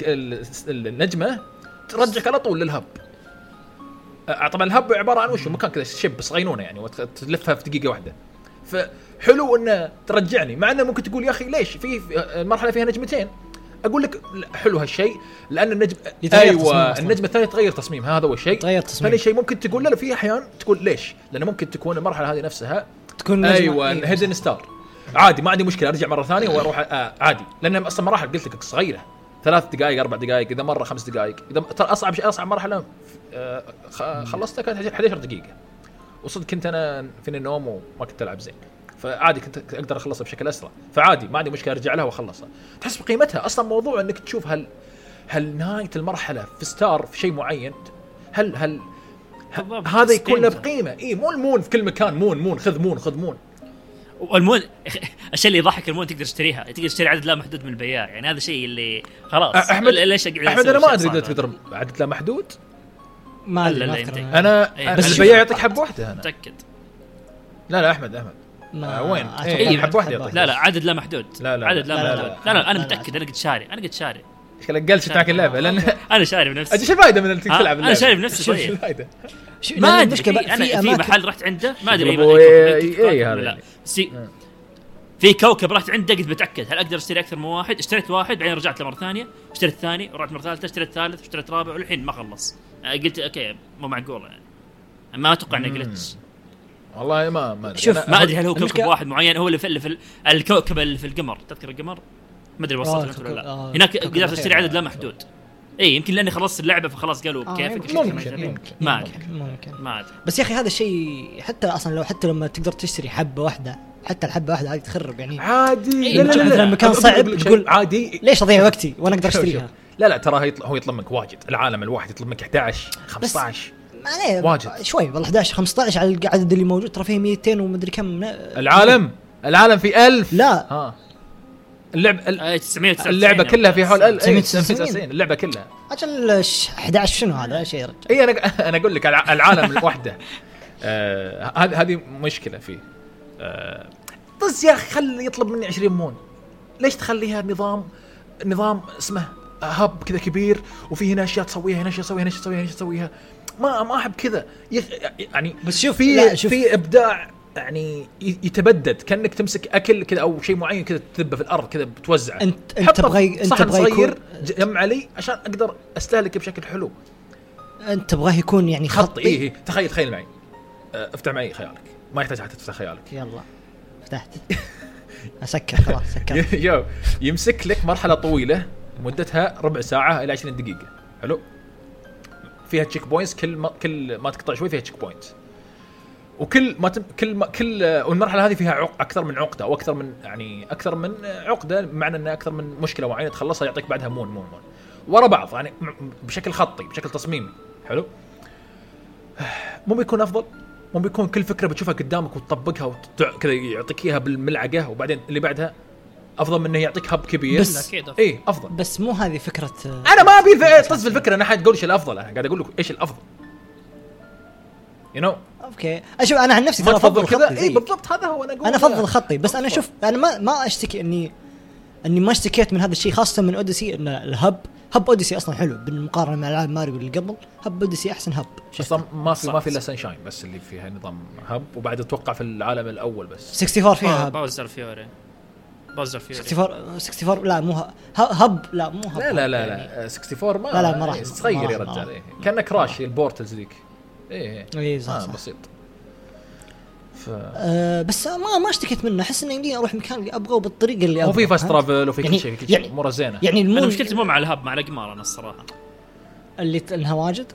النجمه ترجعك على طول للهب. طبعا الهب عباره عن وش مكان كذا شب صغينونه يعني وتلفها في دقيقه واحده. فحلو انه ترجعني مع انه ممكن تقول يا اخي ليش في المرحله فيها نجمتين اقول لك حلو هالشيء لان النجم ايوه النجمه الثانيه تغير تصميمها هذا هو الشيء. ثاني شيء ممكن تقول لا في احيان تقول ليش لانه ممكن تكون المرحله هذه نفسها تكون ايوه هيدن ستار عادي ما عندي مشكله ارجع مره ثانيه واروح آه عادي لان اصلا مراحل قلت لك صغيره ثلاث دقائق اربع دقائق اذا مره خمس دقائق اذا ترى اصعب شيء اصعب مرحله آه خلصتها كانت احد عشر دقيقه وصدق كنت انا فيني النوم وما كنت العب زين فعادي كنت اقدر اخلصها بشكل اسرع فعادي ما عندي مشكله ارجع لها واخلصها. تحس بقيمتها اصلا موضوع انك تشوف هل هل نهايه المرحله في ستار في شيء معين هل هل هذا يكون له بقيمه اي مو المون في كل مكان مون مون خذ مون خذ مون والمون الشيء اللي يضحك المون تقدر تشتريها تقدر تشتري عدد لا محدود من البياع يعني هذا الشيء اللي خلاص احمد ليش احمد انا ما ادري اذا تقدر عدد لا محدود ما انا بس البياع يعطيك حبه واحده انا متاكد. لا لا احمد احمد ما وين اي حبه واحده يعطيك. لا لا عدد لا محدود. لا لا عدد لا, لا, لا, لا, لا, لا, لا انا متاكد. انا قد شاري انا قد شاري ايش قال قلت معك اللعبه لان انا شاري بنفسي. ايش الفائده من انك تلعب اللعبه؟ انا شاري بنفسي. شوف الفائده ما ادري انا في محل رحت عنده ما ادري اي هذا في كوكب رحت عنده قلت بتاكد هل اقدر اشتري اكثر من واحد. اشتريت واحد بعدين رجعت له مره ثانيه اشتريت الثاني ورحت مره ثالثه اشتريت ثالث اشتريت رابع والحين ما خلص. قلت اوكي مو معقول يعني ما اتوقع انه قلت والله ما ما ادري. شوف ما ادري هل هو كوكب واحد معين هو اللي في, في الكوكب اللي في القمر. تذكر القمر ما ادري وصلت ولا لا. هناك قدرت اشتري عدد لا محدود. اي يمكن لاني خلصت اللعبه فخلاص قالوا آه كيفك ممكن ممكن ما ادري ممكن ما ادري. بس يا اخي هذا الشيء حتى اصلا لو حتى لما تقدر تشتري حبه واحده حتى الحبه واحده هذه تخرب يعني عادي. إيه لا لا لا المكان صعب تقول عادي ليش اضيع وقتي وانا اقدر اشتريها. لا لا ترى يطلع هو يطلب منك واجد. العالم الواحد يطلب منك احد عشر خمسة عشر واجد شوي والله احد عشر خمسة عشر على العدد اللي موجود ترى فيه مئتين ومدري كم. العالم العالم في ألف. لا ها اللعبة تسعمية اللعبة كلها في حول تسعمية وتسعين اللعبة كلها. أجل أحد عشر شنو هذا شيء رجع. إيه أنا أنا أقول لك العالم الوحدة هذه هذه مشكلة فيه. آه طز يا أخي خلي يطلب مني عشرين مون. ليش تخليها نظام نظام اسمه هب كذا كبير وفيه هنا أشياء تسويها هنا أشياء تسويها هنا أشياء تسويها هنا تسويها. ما ما أحب كذا يعني. بس شوف في في إبداع يعني يتبدد كأنك تمسك أكل كذا أو شيء معين كذا تذبه في الأرض كذا بتوزعه. أنت أنت تبغى أنت تبغى يكون جمع لي عشان أقدر أستهلك بشكل حلو. أنت تبغاه يكون يعني خطي. إيه تخيل تخيل معي. افتح معي خيالك ما يحتاج حتى تفتح خيالك. يلا فتحت. أسكر خلاص سكر. يو يمسك لك مرحلة طويلة مدتها ربع ساعة إلى عشرين دقيقة. حلو فيها تشيك بوينتس كل ما كل ما تقطع شوي فيها تشيك بوينت. وكل ما تم كل ما كل والمرحله هذه فيها عق اكثر من عقده او اكثر من يعني اكثر من عقده بمعنى ان اكثر من مشكله معينه تخلصها يعطيك بعدها مون مون مون ورا بعض يعني بشكل خطي بشكل تصميمي. حلو مو بيكون افضل مو بيكون كل فكره بتشوفها قدامك وتطبقها وكذا يعطيك اياها بالملعقه وبعدين اللي بعدها افضل من انه يعطيك هب كبير. بس اي افضل بس مو هذه فكره. انا ما ابي طز في الفكره انا حد تقول ايش الافضل. انا قاعد اقول لك ايش الافضل يو you know. اوكي اشوف انا عن نفسي ترى افضل كذا. اي بالضبط هذا هو انا اقول انا افضل خطي. بس انا شوف انا ما ما اشتكي اني اني ما اشتكيت من هذا الشيء خاصه من اوديسي. ان الهب هب اوديسي اصلا حلو بالمقارنه مع العاب ماريو اللي قبل. هب اوديسي احسن هب اصلا ما في ما في الا سانشاين بس اللي فيها نظام هب وبعد اتوقع في العالم الاول بس أربعة وستين فيها باوزر فيوري باوزر فيوري أربعة وستين أربعة وستين لا مو هب لا مو هب. لا لا لا, لا. أربعة وستين ما لا لا ما راح تغير يا رجال. إيه. كأنه كراش البورتلز ذيك. ايه ايه آه بسيط. ف... أه بس ما ما اشتكيت منه. احس اني يمديني اروح المكان اللي ابغاه بالطريقه اللي ابغاها. وفي فاست ترافل وفي يعني كل شيء كل شيء اموره زينه. يعني انا مشكلتي مو مع الهب مع القمار انا الصراحه اللي انها واجد.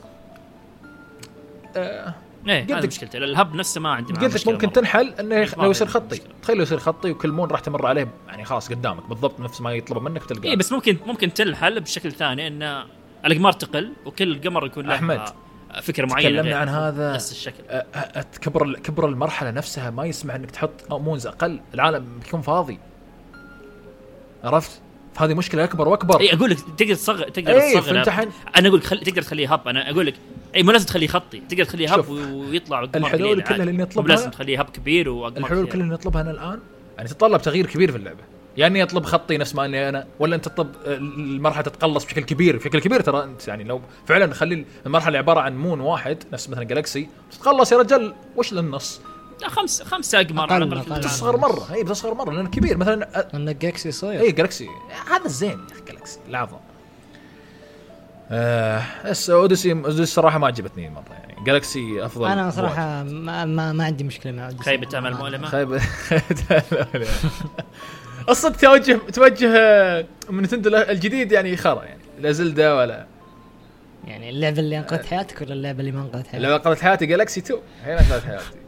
أه ايه هذه مشكلتي. الهب نفسه ما عندي. قلت لك ممكن تنحل انه لو يصير خطي. تخيل لو يصير خطي وكل مون راح تمر عليه يعني خلاص قدامك بالضبط نفس ما يطلب منك تلقاه. ايه بس ممكن ممكن تنحل بشكل ثاني ان القمار تقل وكل قمر يكون له أحمد. فكرة معينة. تكلمنا عن هذا نفس الشكل. كبر كبر المرحلة نفسها ما يسمح انك تحط مونز اقل. العالم بيكون فاضي. عرفت؟ فهذه مشكلة اكبر واكبر. اي اقول لك تقدر تصغر تقدر ايه تصغر. انا اقول لك خل... تقدر تخليه هب. انا اقول لك اي مو لازم تخليه خطي. تقدر تخليه هب ويطلع الحلول كلها اللي نطلبها. لازم تخليه هب كبير واقمر. الحلول كلها اللي نطلبها أنا الان يعني تتطلب تغيير كبير في اللعبة. يعني يطلب خطي نفس ما اني انا ولا انت تطلب المرحله تتقلص بشكل كبير بشكل كبير. ترى انت يعني لو فعلا خلي المرحله عباره عن مون واحد نفس مثلا جالاكسي تتقلص يا رجال وش للنص. لا خمس خمسة اقمار على الاقل. تصغر مره. هي بتصغر مره لانه كبير مثلا ان جالاكسي صغير. اي جالاكسي هذا الزين يا اخي جالاكسي العظم. آه بس اوديسي الصراحه ما عجبتني مره يعني جالاكسي افضل. انا صراحه ما, ما ما عندي مشكله مع اوديسي. خيبه امل مؤلمه. خيبه الصدق توجه توجه من نتندو الجديد يعني خرا يعني لا زلدة ولا يعني اللعبه اللي انقذت حياتك ولا اللعبه اللي ما انقذت حياتك؟ اللعبه انقذت حياتي جالاكسي تو هي انقذت حياتي.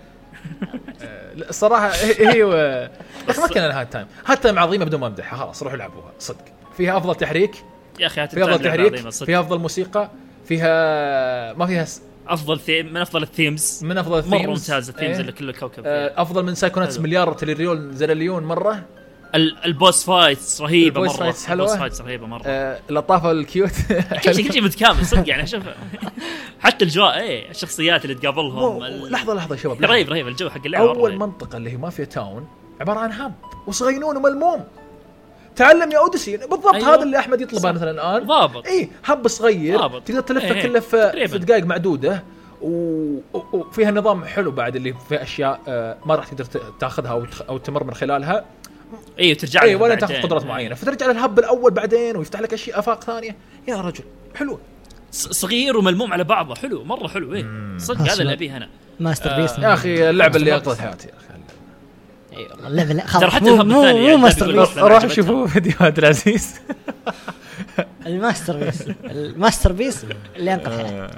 الصراحه هي بس ما كان لها هاد تايم. هاد تايم عظيمه بدون ما امدحها خلاص روحوا العبوها صدق. فيها افضل تحريك يا اخي. فيها افضل تحريك فيها افضل موسيقى فيها ما فيها س... افضل ثيم من افضل الثيمز من افضل الثيمز مره ممتاز. الثيمز ايه؟ اللي كل الكوكب افضل من سايكوناتس مليار تريليون زريليون مره. البوس فايتس رهيبه البوس مره. فايتس البوس فايتس رهيبه مره. آه لطافه الكيوت كل شيء كل شيء متكامل صدق يعني. شوف حتى الجواء ايه الشخصيات اللي تقابلهم ال... لحظه لحظه يا شباب رهيب رهيب الجو حق اللعبه اول رهيب. منطقه اللي هي مافيا تاون عباره عن هب وصغينون وملموم. تعلم يا اوديسي بالضبط. أيوة. هذا اللي احمد يطلبه مثلا الان ضابط اي هب صغير ضابط. تقدر تلفه إيه. كله في, في دقائق معدوده وفيها نظام حلو بعد اللي فيه اشياء ما راح تقدر تاخذها او او تمر من خلالها اي وترجع اي ولا تاخذ قدرات معينه فترجع للهب الاول بعدين ويفتح لك اشياء افاق ثانيه. يا رجل حلو صغير وملموم على بعضه حلو مره حلو ايه صدق هذا اللي ابيه انا ماستر بيس آه يا اخي اللعبه اللي انقذت حياتي يا اخي اي والله اللعبه لا خلاص حتى الهب الثاني مو ماستر بيس. روح شوفوا فيديوهات العزيز الماستر بيس الماستر بيس اللي انقذ حياتي.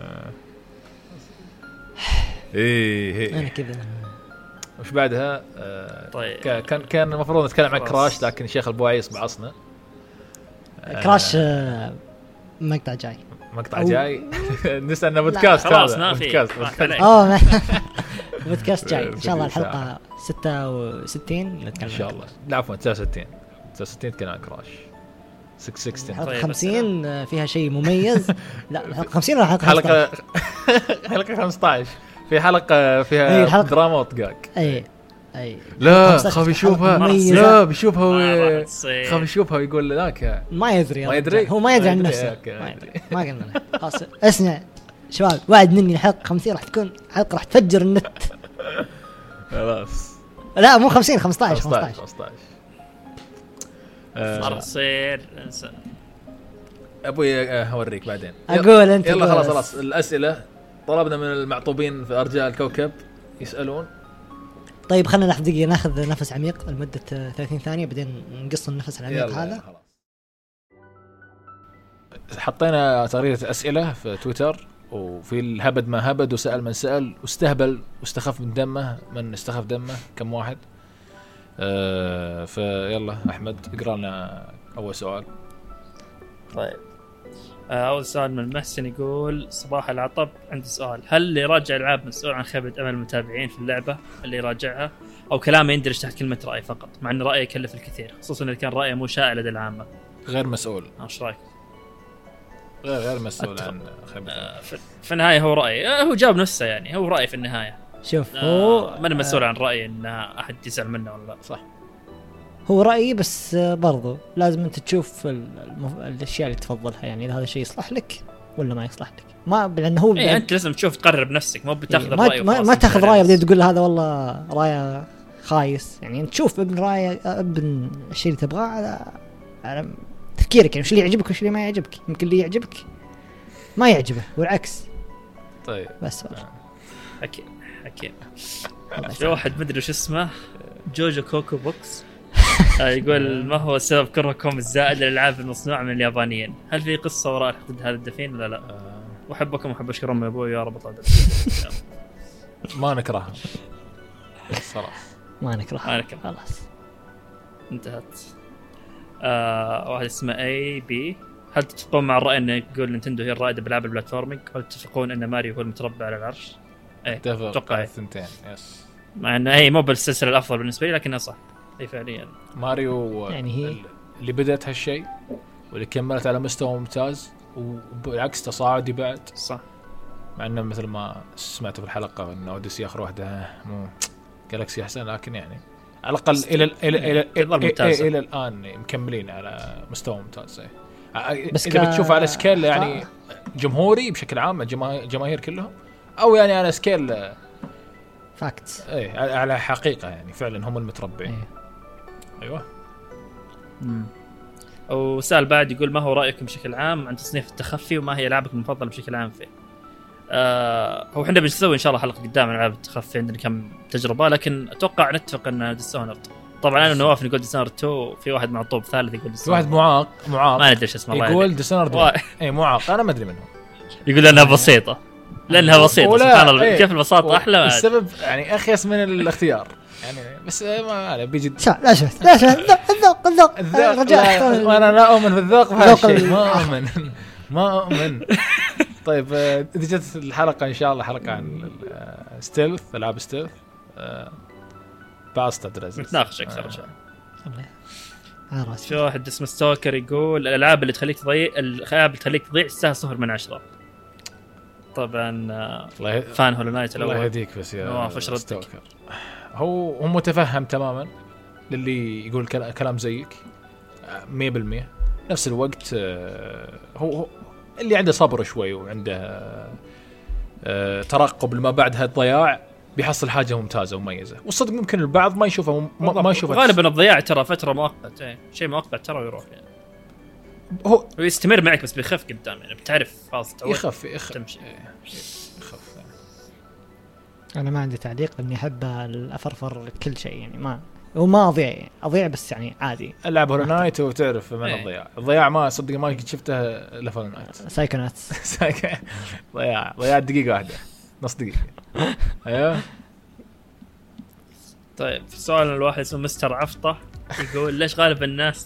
ايه انا كذا وش بعدها آه طيب كان كان المفروض نتكلم عن كراش لكن الشيخ البوايص بعصنا آه كراش آه مقطع جاي مقطع جاي نستنى بودكاست خلاص ما في بودكاست اه بودكاست جاي ان شاء الله الحلقه ستة وستين نتكلم ان شاء الله لا عفوا تسعة وستين تسعة وستين نتكلم عن كراش ستة وستين حلقه خمسين فيها شيء مميز. لا الحلقه خمسين ولا حلقه حلقه حلقه خمسة عشر في حلقه فيها الحلقة... دراما وطقاق اي اي لا خاف يشوفها لا بيشوفها خاف يشوفها ويقول ذاك ما يدري ما يدري هو ما يدري عن نفسه ما قلنا له خلاص اسمع شباب وعد مني الحلقه خمسين راح تكون حلقه راح تفجر النت خلاص لا مو خمسين خمسة عشر خمسة عشر صار تصير ابوي اوريك بعدين اقول انت يلا خلاص خلاص الاسئله طلبنا من المعطوبين في ارجاء الكوكب يسالون. طيب خلينا لحظه دقيقه ناخذ نفس عميق لمده ثلاثين ثانيه بعدين نقص النفس العميق هذا. حطينا طريقه اسئله في تويتر وفي الهبد ما هبد وسال من سال واستهبل واستخف من دمه من استخف دمه كم واحد. أه فيلا احمد اقرا لنا اول سؤال. طيب أول سؤال من محسن يقول صباح العطب عندي سؤال هل اللي يراجع العاب مسؤول عن خيبة أمل المتابعين في اللعبة اللي يراجعها أو كلامه يندرج تحت كلمة رأي فقط مع أن رأيه يكلف الكثير خصوصا إذا كان رأيه مو شائع لدى العامة؟ غير مسؤول. ايش رايك؟ غير غير مسؤول عن خيبة آه في النهاية هو رأي هو جاب نفسه يعني هو رأي في النهاية. شوف آه هو ما أنا مسؤول عن رأيي إن أحد يزعل منه ولا لا. صح هو رأيي بس برضو لازم أنت تشوف المف... الأشياء اللي تفضلها يعني إذا هذا الشيء يصلح لك ولا ما يصلح لك ما لأنه هو إيه أنت لازم تشوف تقرر بنفسك مو بتاخذ إيه الرأي ما, ما تاخذ رأيه بدي تقول هذا والله رأيه خايس يعني أنت تشوف ابن رأيه ابن الشيء اللي تبغاه على على تفكيرك يعني وش اللي يعجبك وش اللي ما يعجبك يمكن اللي يعجبك ما يعجبه والعكس. طيب بس أكيد أكيد. في واحد مدري وش اسمه جوجو كوكو بوكس يقول ما هو سبب كرهكم الزائد للألعاب المصنوعة من اليابانيين؟ هل في قصة وراء حدود هذا الدفين ولا لا؟ وأحبكم وأحب أشكرهم يا أبوي يا رب طلع ما نكرهها صراحة ما نكرهها خلاص انتهت. آه واحد اسمه اي بي هل تتفقون مع الرأي أن يقول نينتندو هي الرائدة بألعاب البلاتفورمينج؟ هل تتفقون أن ماريو هو المتربع على العرش؟ ايه اتفق الثنتين يس مع أنه هي مو بالسلسلة الأفضل بالنسبة لي لكنها صح اي فعليا ماريو يعني هي اللي بدأت هالشيء واللي كملت على مستوى ممتاز وبالعكس تصاعدي بعد صح مع انه مثل ما سمعت في الحلقه انه اوديسي اخر واحده مو جالكسي احسن لكن يعني على الاقل الى الى الى الى, إلى الان مكملين على مستوى ممتاز. بس اذا بتشوف على سكيل يعني جمهوري بشكل عام الجماهير كلهم او يعني على سكيل فاكت ايه على حقيقه يعني فعلا هم المتربعين. إيه. ايوه امم وسأل بعد يقول ما هو رايكم بشكل عام عن تصنيف التخفي وما هي العابكم المفضله بشكل عام فيه؟ آه هو احنا بنسوي ان شاء الله حلقه قدام عن العاب التخفي عندنا كم تجربه لكن اتوقع نتفق ان ديسونرد طبعا انا ونواف نقول ديسونرد اثنين في واحد معطوب ثالث يقول في واحد معاق معاق ما ندري ايش اسمه الله يقول ديسونرد و... اي معاق انا ما ادري منه يقول انها بسيطه لانها بسيطه سبحان الله ايه. كيف البساطه احلى السبب يعني اخيس من الاختيار يعني بس ما انا بيجي لا شفت لا شفت الذوق الذوق الذوق انا لا اؤمن في الذوق في هالشيء ما اؤمن ما اؤمن. طيب اذا جت الحلقه ان شاء الله حلقه عن ستيلث العاب ستيلث باست ادرس نتناقش اكثر ان شاء الله. الله في واحد اسمه ستوكر يقول الالعاب اللي تخليك تضيع الالعاب اللي تخليك تضيع تستاهل صفر من عشرة. طبعا فان هولو نايت الله يهديك بس يا نواف ستوكر. هو هو متفهم تماما للي يقول كلام زيك مية بالمية. نفس الوقت هو اللي عنده صبر شوي وعنده ترقب لما بعد هالضياع بيحصل حاجة ممتازة ومميزة. والصدق ممكن البعض ما يشوفه ما, ما يشوفه غالبا الضياع ترى فترة مؤقت ايه. شيء مؤقت ترى ويروح يعني. هو يستمر معك بس بيخف قدام يعني بتعرف خلاص يخف يخف تمشي يخف. انا ما عندي تعليق اني احب الافرفر كل شيء يعني ما وما اضيع يعني. اضيع بس يعني عادي العب هولو نايت وتعرف من ايه. الضياع الضياع ما صدق ما شفته الا هولو نايت. سايكوناتس ضياع ضياع دقيقة واحدة نص دقيقة. ايوه طيب سؤال الواحد اسمه مستر عفطة يقول ليش غالب الناس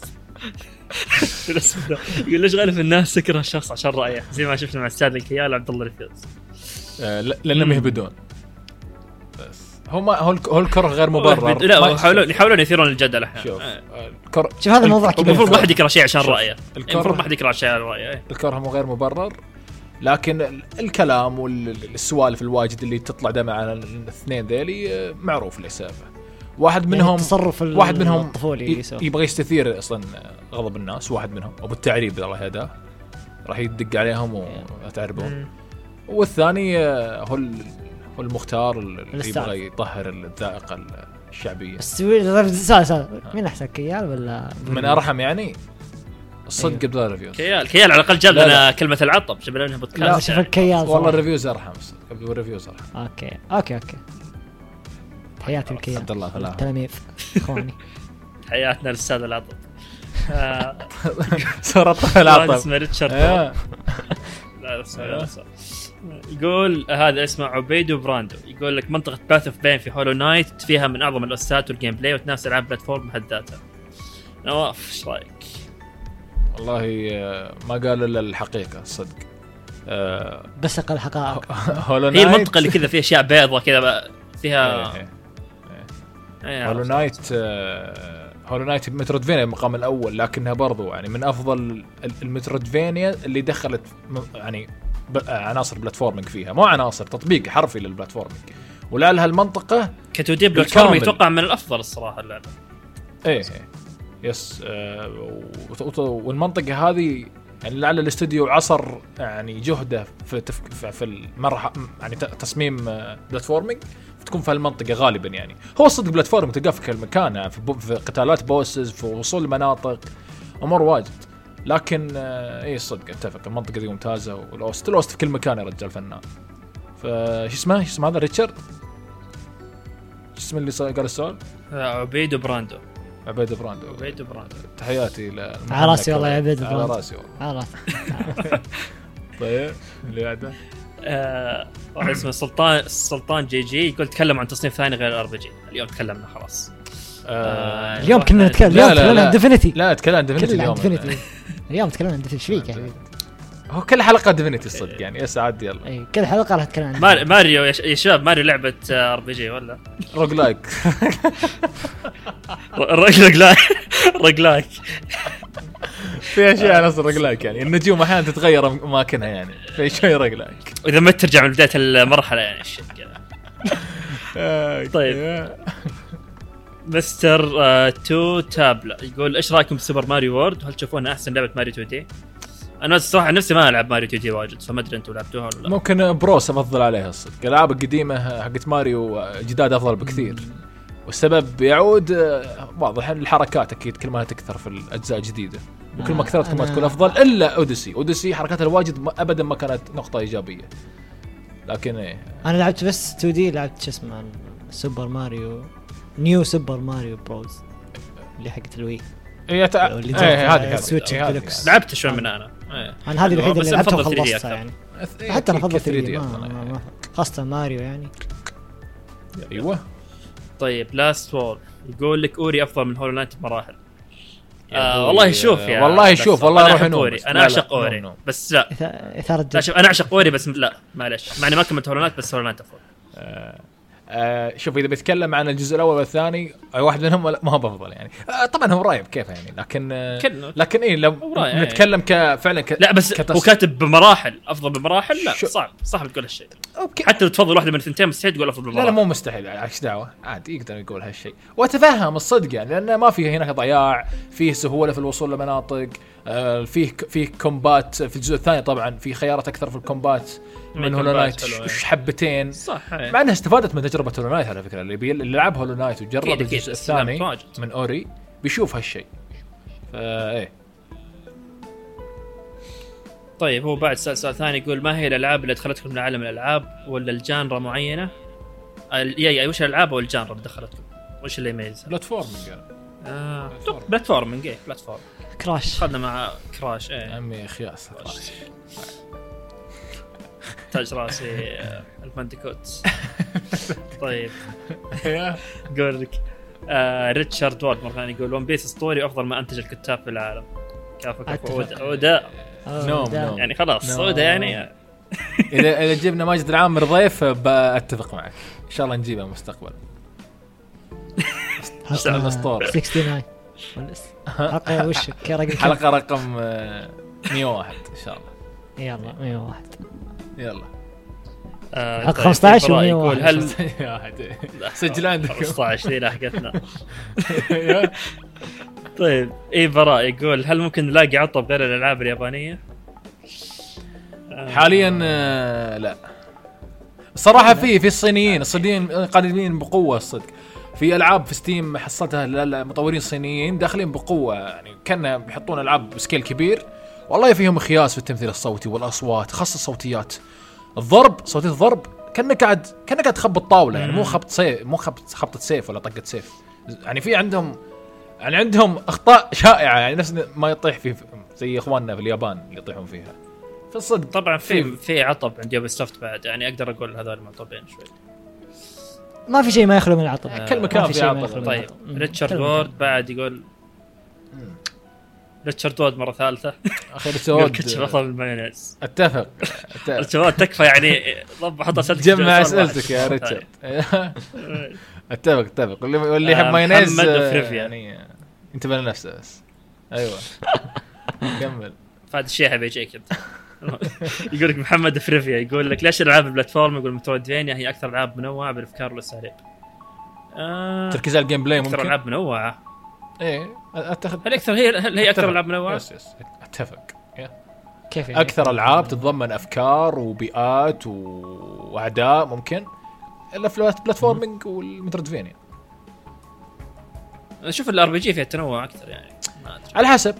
يقول ليش غالب الناس تكره الشخص عشان رأيه زي ما شفنا مع استاذ الكيال عبد الله رفيق آه لانهم يهبدون بس هم هو الكره غير مبرر. لا يحاولون يحاولون يثيرون الجدل احيانا. شوف الكره شوف هذا الموضوع كبير. المفروض ما حد يكره شيء عشان رأيه. المفروض ما حد يكره شيء عشان رأيه. الكره مو غير مبرر لكن الكلام والسوالف الواجد اللي تطلع دائما على الاثنين ذيلي معروف ليش سببه. واحد منهم يعني تصرف واحد منهم الطفولي يبغى يستثير اصلا غضب الناس. واحد منهم وبالتعريب الله هذا راح يدق عليهم وتعربون. والثاني هو هو المختار اللي يبغى يطهر الذائقه الشعبيه. سؤال سؤال مين احسن كيال ولا من ارحم يعني الصدق قبل الريفيوز. كيال كيال على الاقل جاب لنا كلمه العطب جاب لنا بودكاست. لا كيال والله الريفيوز ارحم قبل الريفيوز ارحم. اوكي اوكي اوكي حياتي الكيال عبد الله فلاح تلاميذ اخواني حياتنا الاستاذ العطب صارت العطب اسمه ريتشارد. لا لا يقول هذا اسمه عبيد وبراندو يقول لك منطقة باث اوف بين في هولو نايت فيها من أعظم الأساسات والجيم بلاي وتنافس ألعاب بلاتفورم بحد ذاتها. نواف ايش رايك؟ والله ما قال إلا الحقيقة الصدق. أه بس قال الحقائق. هولو نايت هي المنطقة اللي كذا فيها أشياء بيضة كذا فيها. هولو نايت هولو نايت مترودفينيا المقام الأول لكنها برضو يعني من أفضل المترودفينيا اللي دخلت يعني عناصر بلاتفورمينج فيها. مو عناصر تطبيق حرفي للبلاتفورمينج. ولعلها المنطقة كتوديب بلاتفورمينج يتوقع من الأفضل الصراحة اللعبة. ايه يس آه والمنطقة هذه يعني لعل الاستوديو عصر يعني جهده في تفك في المرحله يعني تصميم بلاتفورمينج تكون في المنطقه غالبا. يعني هو صدق بلاتفورم تلقاه في كل مكان يعني في, في قتالات بوسز في وصول المناطق امور واجد. لكن اي صدق اتفق المنطقه دي ممتازه والاوست الاوست في كل مكان يا رجال فنان. فش اسمه ايش اسمه هذا ريتشارد ايش اسمه اللي قال السؤال؟ عبيد وبراندو. عبيد براندو. عبيد براندو تحياتي على راسي والله يا عبيد براندو. على راسي والله على راسي. طيب اللي بعده آه واحد اسمه سلطان سلطان جي جي يقول تكلم عن تصنيف ثاني غير الار بي جي. اليوم تكلمنا خلاص. آه اليوم كنا نتكلم اليوم تكلمنا عن ديفينيتي. لا تكلمنا عن ديفينيتي اليوم. اليوم تكلمنا عن ديفينيتي شويك يعني. هو كل حلقه ديفينيتي الصدق يعني يا سعد يلا. اي كل حلقه راح نتكلم عن ماريو, ماريو يا شباب. ماريو لعبه ار بي جي ولا روج لايك؟ روج لايك روج لايك في اشياء عناصر روج لايك يعني النجوم احيانا تتغير اماكنها يعني في شوي روج لايك واذا ما ترجع من بدايه المرحله يعني الشيء كذا. طيب مستر آه تو تابلا يقول ايش رايكم بسوبر ماريو وورد؟ هل تشوفونها احسن لعبه ماريو تو دي؟ انا الصراحه نفسي ما العب ماريو تو دي واجد فما ادري انتم لعبتوها ولا لا. ممكن بروس افضل عليها الصدق. الالعاب القديمه حقت ماريو جداد افضل بكثير. والسبب يعود واضح الحركات اكيد كل ما تكثر في الاجزاء الجديده وكل ما كثرت كل ما تكون افضل. الا اوديسي اوديسي حركاتها الواجد ابدا ما كانت نقطه ايجابيه. لكن ايه انا لعبت بس تو دي لعبت شو اسمه سوبر ماريو نيو سوبر ماريو بروز اللي حقت الوي. ايه هذه هذه لعبت شوي من انا. انا هذه الوحيده اللي لعبتها وخلصتها يعني. حتى انا فضلت ثري دي خاصه ماريو يعني. ايوه طيب لاست وور يقول لك اوري افضل من هولو نايت بمراحل. آه والله شوف يا والله شوف والله روح نوري. انا اعشق اوري بس لا لا شوف انا اعشق اوري بس لا معلش معني ما كملت هولو نايت بس هولو نايت افضل. آه آه شوف اذا بيتكلم عن الجزء الاول والثاني اي واحد منهم ما هو بفضل يعني. آه طبعا هو رايب كيف يعني لكن آه لكن ايه لو نتكلم كفعلا ك... لا بس كتص... هو كاتب بمراحل افضل بمراحل. لا شو... صعب صعب تقول هالشيء. حتى لو تفضل واحده من الثنتين مستحيل تقول افضل بمراحل. لا لا مو مستحيل عكس دعوه عادي يقدر يقول هالشيء واتفهم الصدق يعني لان ما فيه هناك ضياع فيه سهوله في الوصول لمناطق. آه فيه فيه كومبات في الجزء الثاني طبعا في خيارات اكثر في الكومبات من هولو نايت حبتين صح. مع انها استفادت من تجربه هولو نايت على فكره اللي اللي لعب هولو نايت وجرب الجزء الثاني من اوري بيشوف هالشيء فايه. طيب هو بعد سؤال سؤال ثاني يقول ما هي الالعاب اللي دخلتكم من عالم الالعاب ولا الجانرا معينه؟ يا وش الالعاب او الجانرا اللي دخلتكم وش اللي يميزها؟ بلاتفورمينج اه بلاتفورمينج ايه بلاتفورم كراش خدنا مع كراش ايه عمي خياس تاج راسي البانديكوت. طيب قول لك آه ريتشارد وورد مرة يقول ون بيس ستوري افضل ما انتج الكتاب في العالم. كافك اودا نوم نوم يعني خلاص اودا يعني اذا اذا جبنا ماجد العامر ضيف باتفق معك ان شاء الله نجيبه مستقبلا. حلقة الاسطورة تسعة وثمانين حلقة وش كرقم حلقة رقم مية وواحد ان شاء الله. يلا مية وواحد يلا حلقة خمسة عشر ومية يقول هل سجل عندك خمسة عشر دي لاحقتنا. طيب ايه براء يقول هل ممكن نلاقي عطب غير الالعاب اليابانية؟ حاليا لا الصراحة في في الصينيين الصينيين قادمين بقوة الصدق. في العاب في ستيم حصلتها المطورين الصينيين داخلين بقوة يعني كنا بيحطون العاب بسكيل كبير والله فيهم خياس في التمثيل الصوتي والاصوات خاصة الصوتيات الضرب صوتية الضرب كأنك قاعد كأنك قاعد تخبط طاولة يعني مو خبط سيف مو خبط خبطة سيف ولا طقة سيف يعني في عندهم يعني عندهم أخطاء شائعة يعني نفس ما يطيح في زي إخواننا في اليابان اللي يطيحون فيها في الصدق. طبعا في في عطب عند يوبي سوفت بعد يعني أقدر أقول هذول المعطبين شوي ما في شيء ما يخلو من العطب آه كل مكان في عطب. طيب ريتشارد وورد بعد يقول ريتشارد وورد مرة ثالثة أخي ريتشارد كتشف أفضل المايونيز. اتفق ريتشارد تكفى يعني ضب حط أسئلتك جمع أسئلتك يا ريتشارد. اتفق اتفق واللي واللي يحب مايونيز يعني انتبه لنفسه بس. أيوة كمل فهذا الشيء حبي يجيك انت. يقول لك محمد فريفيا يقول لك ليش العاب البلاتفورم يقول مترويدفينيا هي اكثر العاب منوعه بالافكار والاساليب. آه تركيز على الجيم بلاي ممكن اكثر العاب منوعه ايه اتخذ هل اكثر هي هل هي اكثر العاب منوعه يس يس اتفق كيف يعني؟ اكثر العاب تتضمن افكار وبيئات واعداء ممكن الا في البلاتفورمينج والمترويدفينيا. اشوف الار بي جي فيها تنوع اكثر يعني ما ادري على حسب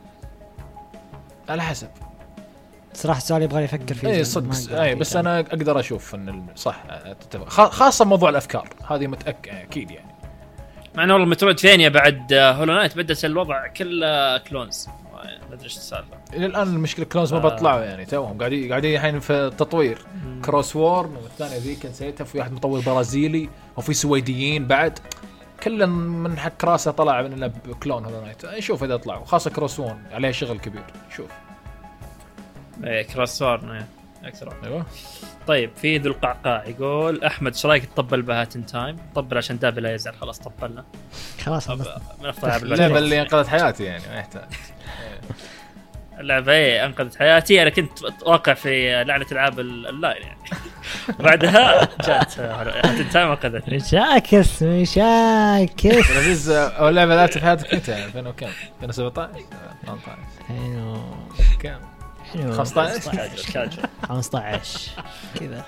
على حسب صراحه السؤال يبغى يفكر فيه. اي صدق اي بس انا اقدر اشوف ان صح خاصه موضوع الافكار هذه متاكد اكيد يعني مع انه والله مترويدفينيا بعد هولو نايت بدت الوضع كله كلونز ما ادري ايش السالفه الى الان المشكله كلونز ما بيطلعوا يعني توهم قاعدين قاعدين الحين في التطوير كروس وورم والثانيه ذيك نسيتها في واحد مطور برازيلي وفي سويديين بعد كل من حق راسه طلع من كلون هولو نايت نشوف اذا طلعوا خاصه كروس وورم عليه شغل كبير شوف ايه كروس وورم اكثر. ايوه طيب في ذو القعقاع يقول احمد ايش رايك تطبل بهاتن تايم؟ طبل عشان دابي لا يزعل خلاص طبلنا خلاص من افضل العاب اللعبه اللي انقذت حياتي يعني ما يحتاج اللعبه ايه انقذت حياتي انا كنت واقع في لعنه العاب اللاين يعني بعدها جات هاتن تايم انقذتني. مشاكس مشاكس لذيذ اول لعبه لعبت في حياتك انت ألفين وكم ألفين وسبعة عشر ثمانية عشر حلو كم خمسة عشر خمسة عشر كذا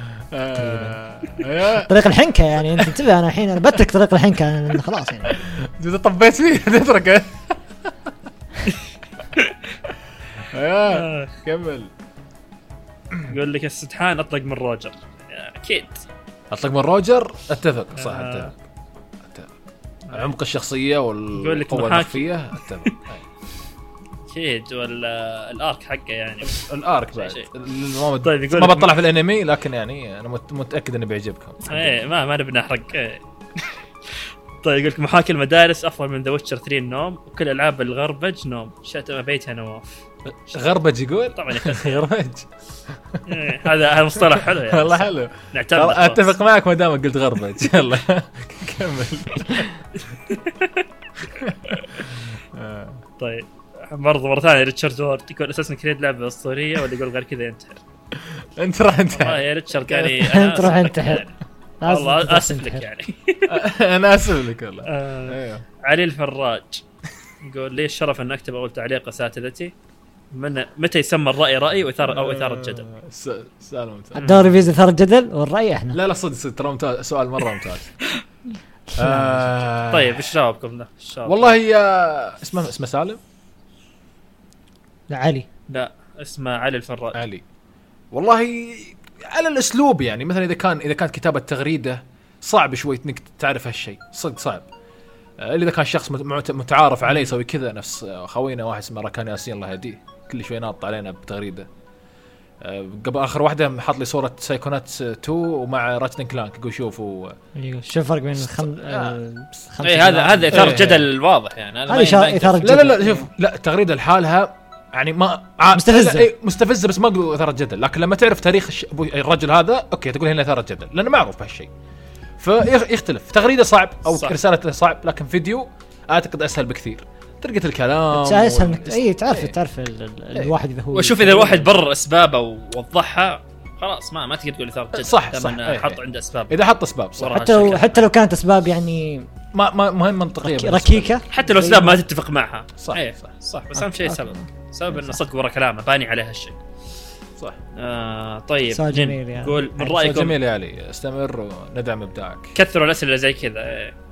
طريق الحنكه يعني انت انتبه انا الحين انا بترك طريق الحنكه خلاص يعني اذا طبيت فيه تتركه. ايوه كمل. يقول لك السدحان اطلق من روجر اكيد اطلق من روجر اتفق صح اتفق اتفق عمق الشخصيه والقوه المخفيه اتفق اكيد ولا الارك حقه يعني الارك بعد طيب ما بطلع في الانمي لكن يعني انا متاكد انه بيعجبكم. ايه ما ما نبي نحرق. ايه طيب يقولك محاكي المدارس افضل من ذا ويتشر ثلاثة النوم، وكل العاب الغربج نوم. شاتم بيتها نواف. غربج يقول طبعا غربج. هذا هذا مصطلح حلو يعني. والله حلو، نعتمد. اتفق معك ما دام قلت غربج. يلا كمل. طيب برضه مرة ثانية ريتشارد وورد يقول اساسا كريد لعبة اسطورية، ولا يقول غير كذا ينتحر. انت راح انت والله يا ريتشارد يعني انت راح انتحر والله اسف لك يعني. انا اسف لك والله. ايوه. علي الفراج يقول ليش شرف ان اكتب اول تعليق اساتذتي؟ من متى يسمى الراي راي واثاره او اثاره جدل؟ سؤال ممتاز. الدوري فيز اثاره جدل والراي احنا. لا لا صدق صدق ترى ممتاز، سؤال مره ممتاز. طيب ايش جوابكم له؟ والله يا اسمه اسمه سالم. لا علي. لا اسمه علي الفراج. علي. والله على الاسلوب يعني مثلا اذا كان اذا كانت كتابه تغريده صعب شوي انك تعرف هالشيء، صدق صعب. اللي اذا كان شخص متعارف عليه يسوي كذا، نفس خوينا واحد اسمه راكان ياسين الله يهديه كل شوي ناط علينا بتغريده. قبل اخر واحده حط لي صوره سايكونات اثنين ومع راتن كلانك يقول شوفوا شوف فرق بين الخم آه. اي هذا هذا اثاره جدل واضح يعني. هذه اثاره جدل. لا لا لا شوف لا التغريده لحالها يعني ما مستفزه اي مستفزه بس ما اقول اثاره جدل، لكن لما تعرف تاريخ الش... الرجل هذا اوكي تقول هنا اثاره جدل لانه معروف بهالشيء. فيختلف تغريده صعب او صح. رساله صعب، لكن فيديو اعتقد اسهل بكثير. طريقه الكلام اسهل انك اي تعرف تعرف الواحد اذا هو وشوف اذا الواحد برر اسبابه ووضحها خلاص ما ما تقدر تقول اثاره جدل. صح صح حط عنده اسباب. اذا حط اسباب صح. حتى لو حتى لو كانت اسباب يعني ما ما مهم منطقيه ركيكه، حتى لو اسباب ما تتفق معها صح أيه. صح صح بس اهم شيء سبب سبب انه صدق ورا كلامه باني عليه هالشيء صح. آه طيب جميل يعني. قول من رايكم. جميل يا علي، استمر وندعم ابداعك. كثروا الاسئله زي كذا.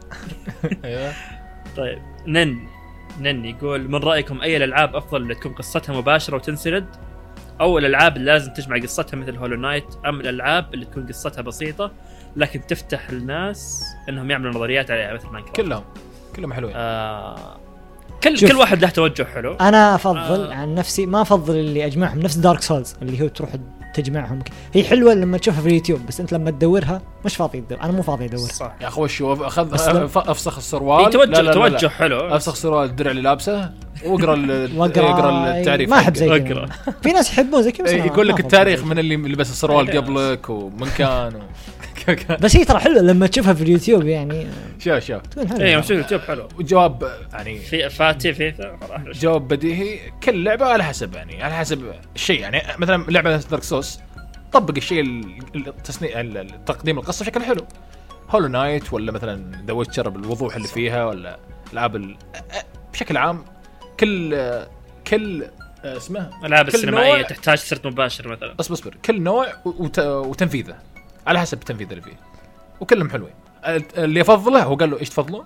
ايوه طيب نن نن يقول من رايكم اي الالعاب افضل اللي تكون قصتها مباشره وتنسرد، او الالعاب اللي لازم تجمع قصتها مثل هولو نايت، ام الالعاب اللي تكون قصتها بسيطه لكن تفتح الناس انهم يعملوا نظريات عليها مثل ماينكرافت؟ كلهم كلهم حلوين. آه كل كل واحد له توجه حلو. انا افضل آه. عن نفسي ما افضل اللي اجمعهم نفس دارك سولز اللي هو تروح تجمعهم. هي حلوه لما تشوفها في اليوتيوب بس انت لما تدورها مش فاضي تدور. انا مو فاضي ادور صح يا اخوي. شو اخذ افسخ السروال توجه لا لا توجه لا لا. حلو افسخ السروال الدرع اللي لابسه واقرا اقرا التعريف. ما احب زي كذا. في ناس يحبون زي كذا يقول لك التاريخ من اللي لبس السروال قبلك ومن كان و... بس هي ترى حلوه لما تشوفها في اليوتيوب يعني. شوف شوف اي مشوف اليوتيوب حلو. وجواب يعني في فاتي في جواب بديهي. كل لعبه على حسب يعني على حسب الشيء يعني. مثلا لعبه دارك سوس طبق الشيء التصنيع التقديم القصه بشكل حلو. هولو نايت ولا مثلا ذا ويتشر بالوضوح اللي فيها ولا العاب بشكل عام. كل كل اسمه العاب السينمائيه تحتاج سرد مباشر مثلا. بس بصبر كل نوع وتنفيذه على حسب التنفيذ اللي فيه وكلهم حلوين. اللي يفضله هو قال له ايش تفضلون؟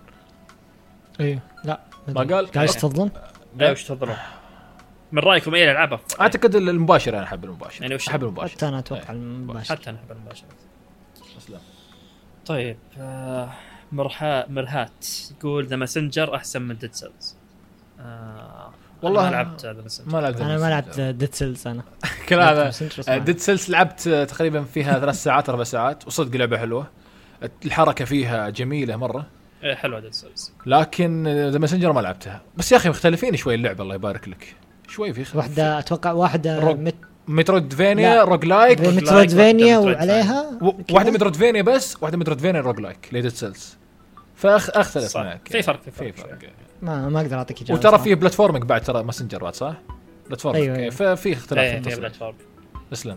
ايه لا ما قال قال ايش تفضلون؟ لا ايش تفضلون من رايكم ايه الالعاب افضل؟ اعتقد المباشر. انا احب المباشر يعني احب المباشر. حتى انا اتوقع المباشر. حتى انا احب المباشر. اسلام. طيب آه مرها مرهات يقول ذا ماسنجر احسن من ديد سيلز. آه والله ما لعبت ذا ماسنجر. ما لعبت انا ما لعبت ديد سيلز. انا كل هذا ديد سيلز لعبت تقريبا فيها ثلاث ساعات اربع ساعات وصدق لعبه حلوه. الحركه فيها جميله مره. ايه حلوه ديد سيلز. لكن ذا ماسنجر ما لعبتها. بس يا اخي مختلفين شوي اللعبه الله يبارك لك. شوي في واحده اتوقع واحده روج... مت... مترودفينيا روج لايك. مترودفينيا وعليها و... واحده مترودفينيا بس واحده مترودفينيا روج لايك ليدد سيلز. فاخ اختلف معك في فرق في فرق, فرق. ما ما اقدر اعطيك اجابه. وترى في بلاتفورمينج بعد ترى ماسنجر بعد صح بلاتفورمينج. أيوة. ففي اختلاف أيوة. في بلاتفورم. اسلم.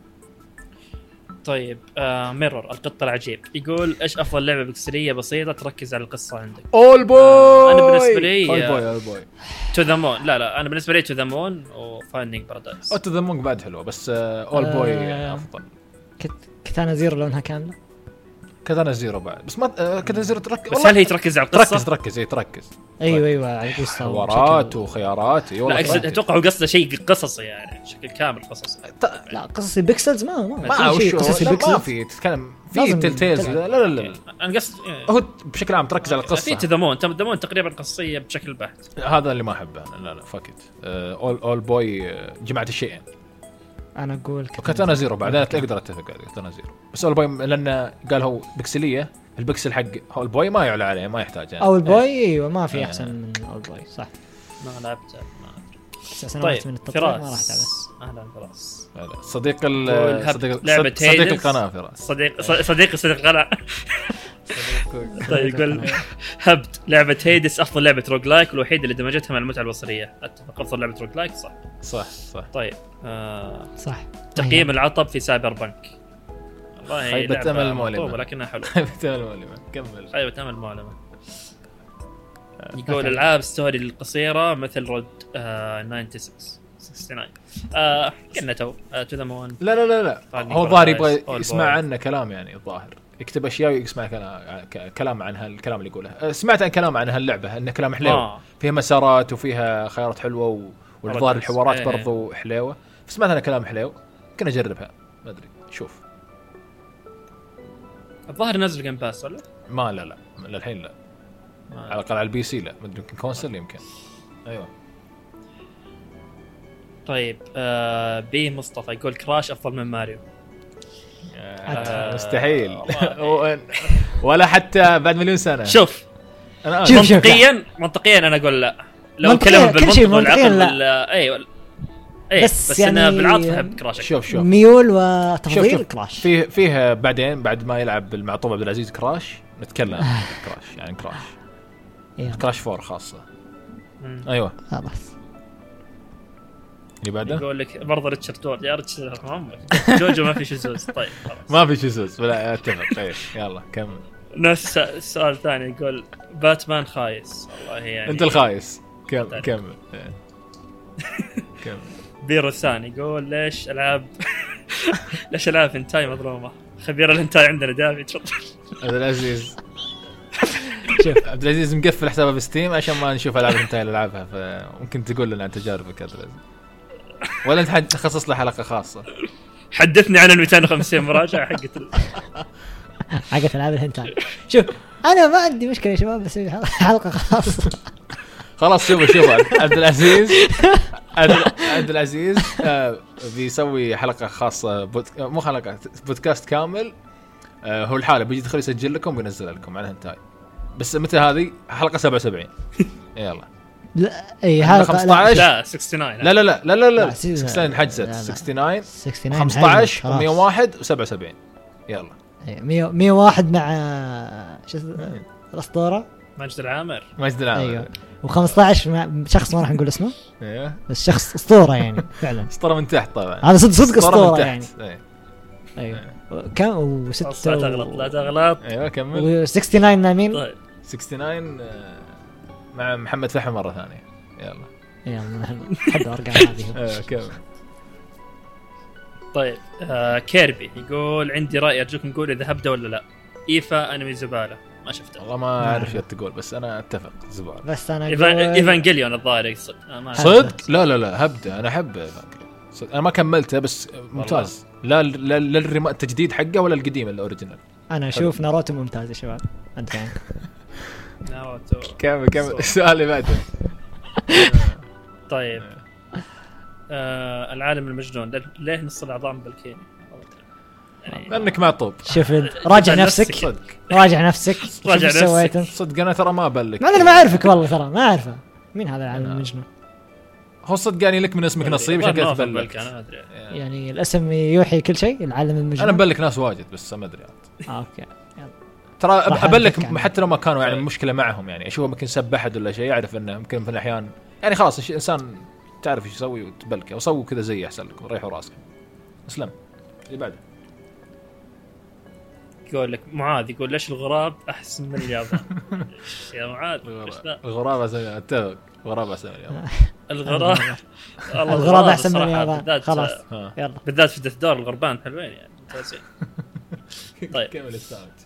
طيب آه ميرور القط العجيب يقول ايش افضل لعبه بكسليه بسيطه تركز على القصه عندك؟ اول بوي. آه انا بالنسبه لي اول بوي اول بوي تو ذا مون. لا لا انا بالنسبه لي تو ذا مون وفايندينج بارادايس. تو ذا مون بعد حلوه بس اول آه بوي آه افضل. كتانا زيرو لونها كامله. كتانا زيرو بعد بس ما آه كتانا زيرو تركز. بس هل هي تركز على القصه؟ تركز تركز اي تركز. ايوه ايوه على القصه حوارات وخيارات. لا اتوقع قصده شيء قصصي يعني شكل كامل قصصي. لا قصصي بيكسلز ما ما, ما شيء قصصي بيكسلز. ما في تتكلم في تيل تيلز. لا لا لا انا قصد هو بشكل عام تركز على القصه. في تذمون تذمون تقريبا قصيه بشكل بحت. هذا اللي ما احبه. لا لا فاكت اول اول بوي جمعت الشيئين. انا اقول كتانا زيرو بعدين اقدر اتفق عليه كتانا زيرو. بس اول بوي لانه قال هو بكسليه البكسل حق اول بوي ما يعلى عليه ما يحتاج يعني. اول بوي ايوه ما في احسن من اول بوي صح. ما لعبت ما ادري. طيب من التطبيق ما راح اتابع. اهلا فراس صديق ال صديق لعبة صديق القناه فراس صديق صديق صديق القناه. طيب يقول هبد لعبة هيدس أفضل لعبة روج لايك والوحيدة اللي دمجتها مع المتعة البصرية. أتفق أفضل لعبة روج لايك صح صح صح. طيب آه صح. تقييم العطب في سايبر بنك والله خيبة أمل مؤلمة ولكنها حلوة. خيبة أمل مؤلمة كمل. خيبة أمل مؤلمة. يقول ألعاب ستوري القصيرة مثل رود آه ستة وستين آه كنا تو آه تو ذا مون. لا لا لا لا هو ظاهر يبغى يسمع عنه كلام يعني الظاهر يكتب اشياء ويسمع كلام كلام عن هالكلام اللي يقوله. سمعت عن كلام عن هاللعبه انه كلام حلو آه. فيها مسارات وفيها خيارات حلوه والظاهر الحوارات ايه. برضو حلوه فسمعت انا كلام حلو كنا اجربها ما ادري شوف. الظاهر نزل جيم باس ولا ما لا لا للحين لا على الاقل على البي سي لا ما ادري يمكن كونسل يمكن ايوه. طيب آه بي مصطفى يقول كراش افضل من ماريو. آه مستحيل ولا حتى بعد مليون سنة. شوف أنا شوف منطقيا منطقيا أنا أقول لا لو كلام بالمنطق والعقل لا. أي أي بس, بس يعني أنا بالعاطفة أحب كراش. شوف شوف ميول وتفضيل كراش فيه فيه بعدين بعد ما يلعب المعطوب عبد العزيز كراش نتكلم عن كراش يعني كراش إيه. كراش فور خاصة مم. أيوة خلاص اللي بعده يقول لك برضه ريتشارد دور يا ريتشارد جوجو ما في شذوذ. طيب خلاص ما في شذوذ ولا اتفق. طيب يلا كمل. نفس السؤال الثاني يقول باتمان خايس والله يعني انت الخايس. كمل كمل كمل. بيرو الثاني يقول ليش العاب ليش العاب انتاي مظلومه. خبير الانتاي عندنا دافي تفضل. عبد العزيز شوف عبد العزيز مقفل حسابه بستيم عشان ما نشوف العاب انتاي اللي لعبها فممكن تقول لنا عن تجاربك عبد العزيز ولا انت تخصص له حلقه خاصه. حدثني عن ال مئتين وخمسين مراجعه حقت حقت العاب الهنتاي. شوف انا ما عندي مشكله يا شباب بس حلقه خاصه. خلاص شوف شوف عبد العزيز عبد العزيز آه بيسوي حلقه خاصه بودك... مو حلقه بودكاست كامل آه هو الحاله بيجي يدخل يسجل لكم وينزل لكم عن الهنتاي بس متى هذه حلقه سبعة وسبعين. يلا لا اي حلقه خمسة عشر لا ستة وستين لا لا لا لا لا لا ستة وستين حجزت ستة وستين خمسة عشر ومية وواحد وسبعة وسبعين. يلا مية وواحد مع شو الاسطوره ماجد العامر ماجد العامر ايوه و15 مع شخص ما راح نقول اسمه ايوه بس شخص اسطوره يعني فعلا اسطوره من تحت طبعا هذا صدق صدق اسطوره يعني ايوه ايوه كم و6 لا تغلط لا تغلط ايوه كمل و69 مع مين؟ طيب ستة وستين مع محمد فحم مره ثانيه. يلا يلا حد ارقام هذه. ايوه كمل. طيب آه كيربي يقول عندي راي ارجوكم نقول اذا هبدا ولا لا. ايفا انمي زباله ما شفته والله ما اعرف ايش تقول بس انا اتفق زباله. بس انا اقول ايفانجيليون الظاهر يقصد صدق لا لا لا هبدا انا احب ايفانجيليون انا ما كملته بس ممتاز. لا لا لا التجديد حقه ولا القديم الاوريجينال. انا اشوف ناروتو ممتاز يا شباب. انت يعني ناروتو كمل كمل السؤال اللي بعده. طيب آه العالم المجنون ليه نص العظام بالكين يعني لانك معطوب. شوف راجع نفسك صدق راجع نفسك راجع نفسك صدق انا ترى ما ابلك ما انا ما اعرفك والله ترى ما اعرفه مين هذا العالم المجنون. هو صدقاني لك من اسمك نصيب عشان كذا تبلك انا ما ادري يعني الاسم يوحي كل شيء العالم المجنون. انا مبلك ناس واجد بس ما ادري اه اوكي ترى ابلك حتى لو ما كانوا يعني مشكله معهم يعني اشوفه ممكن سب احد ولا شيء يعرف انه ممكن في الاحيان يعني خلاص الانسان تعرف ايش يسوي وتبلكه وسووا كذا زي احسن لكم ريحوا راسكم. اسلم اللي بعده. يقول لك معاذ يقول ليش الغراب احسن من اليابان. يا معاذ الغراب اسمع اتفق الغراب احسن من اليابان. الغراب الغراب احسن من اليابان خلاص يلا بالذات في دث دور الغربان حلوين يعني ممتازين. طيب كمل الساوت.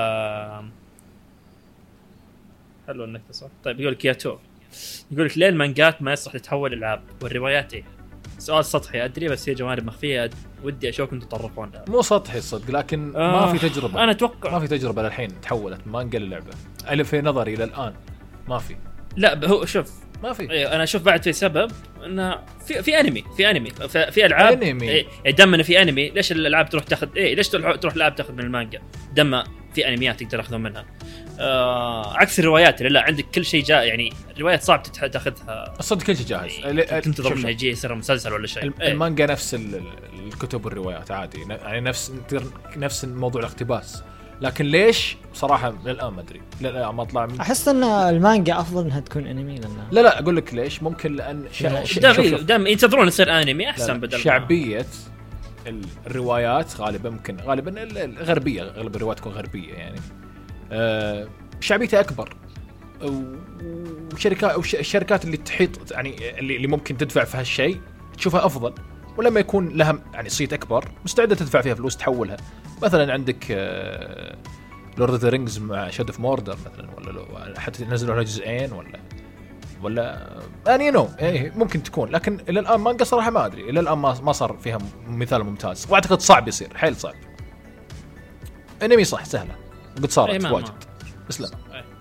حلو انك تصح. طيب يقول كياتو يقول لك ليه المانجات ما يصلح تتحول العاب والروايات ايه؟ سؤال سطحي ادري بس هي جوانب مخفيه ودي اشوفكم تتطرقون لها. مو سطحي الصدق لكن آه ما في تجربه. انا اتوقع ما في تجربه للحين تحولت مانجا للعبه. الف في نظري الى الان ما في. لا هو شوف ما في. ايوه انا اشوف بعد في سبب انه في في انمي في انمي في, في العاب إيه دام انه في انمي ليش الالعاب تروح تاخذ ايه ليش تروح تروح العاب تاخذ من المانجا دام في انميات تقدر تاخذون منها آه عكس الروايات لا عندك كل شيء جاء يعني الروايات صعب تاخذها الصدق كل شيء جاهز يعني تنتظر منها يجي يصير مسلسل ولا شيء المانجا نفس الكتب والروايات عادي يعني نفس نفس موضوع الاقتباس لكن ليش صراحه للان ما ادري لا ما اطلع من... احس ان المانجا افضل انها تكون انمي لانها لا لا اقول لك ليش ممكن لان شا... ش... دام دام ينتظرون يصير انمي احسن بدل شعبيه الروايات غالبا ممكن غالبا الغربيه غالبا الروايات تكون غربيه يعني أه شعبيتها اكبر وشركات الشركات اللي تحيط يعني اللي ممكن تدفع في هالشيء تشوفها افضل ولما يكون لها يعني صيت اكبر مستعده تدفع فيها فلوس تحولها مثلا عندك لورد اوف ذا رينجز مع شاد اوف موردر مثلا ولا لو حتى نزلوا له جزئين ولا ولا يعني نو ايه ممكن تكون لكن الى الان مانجا صراحه ما ادري الى الان ما ما صار فيها مثال ممتاز واعتقد صعب يصير حيل صعب انمي صح سهله قد صارت واجد بس لا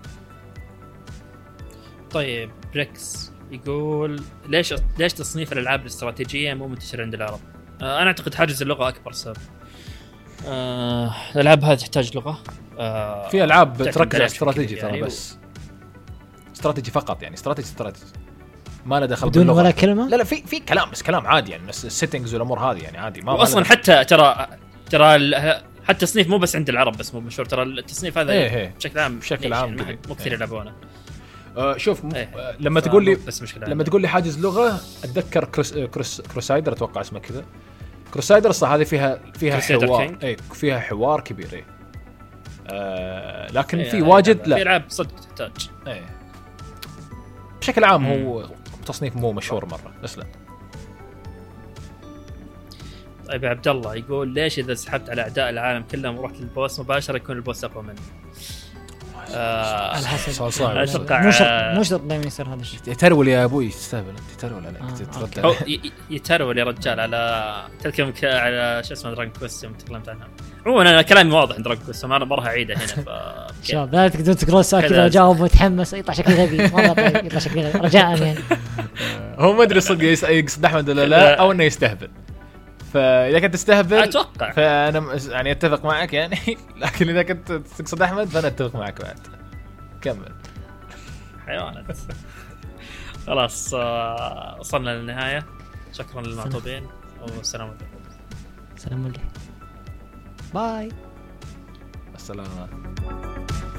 طيب بريكس يقول ليش ليش تصنيف الالعاب الاستراتيجيه مو منتشر عند العرب آه انا اعتقد حاجز اللغه اكبر سبب آه الالعاب هذه تحتاج لغه آه في العاب تركز على استراتيجي ترى يعني بس استراتيجي فقط يعني استراتيجي استراتيجي ما له دخل بدون ولا كلمه لا لا في في كلام بس كلام عادي يعني بس السيتنجز والامور هذه يعني عادي ما اصلا حتى ترى ترى حتى التصنيف مو بس عند العرب بس مو مشهور ترى التصنيف هذا إيه بشكل عام بشكل عام يعني مو كثير يلعبونه آه شوف م... إيه. لما تقول لي لما تقول لي حاجز لغه اتذكر كروس كروس كروسايدر اتوقع اسمه كذا كروسايدر صح هذه فيها فيها حوار اي فيها حوار كبير اي آه لكن إيه في واجد لا في العاب صدق تحتاج اي بشكل عام مم. هو تصنيف مو مشهور مره بس لا. طيب عبد الله يقول ليش اذا سحبت على اعداء العالم كلهم ورحت للبوس مباشره يكون البوس اقوى مني آه الحسد اتوقع مو شرط مو شرط دائما يصير هذا الشيء يترول يا ابوي تستهبل انت تترول عليك آه. ترد يترول يا رجال على تذكر على شو اسمه دراجون كويست يوم تكلمت عنها عموما انا كلامي واضح عند دراجون كويست ما انا راح اعيده هنا ف شباب لا تقدرون تقرون سؤال كذا وجاوب متحمس يطلع شكل غبي والله طيب يطلع شكل غبي رجاء يعني هو ما ادري صدق يقصد احمد ولا لا او انه يستهبل فاذا كنت تستهبل اتوقع فانا يعني اتفق معك يعني لكن اذا كنت تقصد احمد فانا اتفق معك بعد كمل حيوانات خلاص وصلنا للنهايه شكرا للمعطوبين والسلام عليكم السلام عليكم باي السلام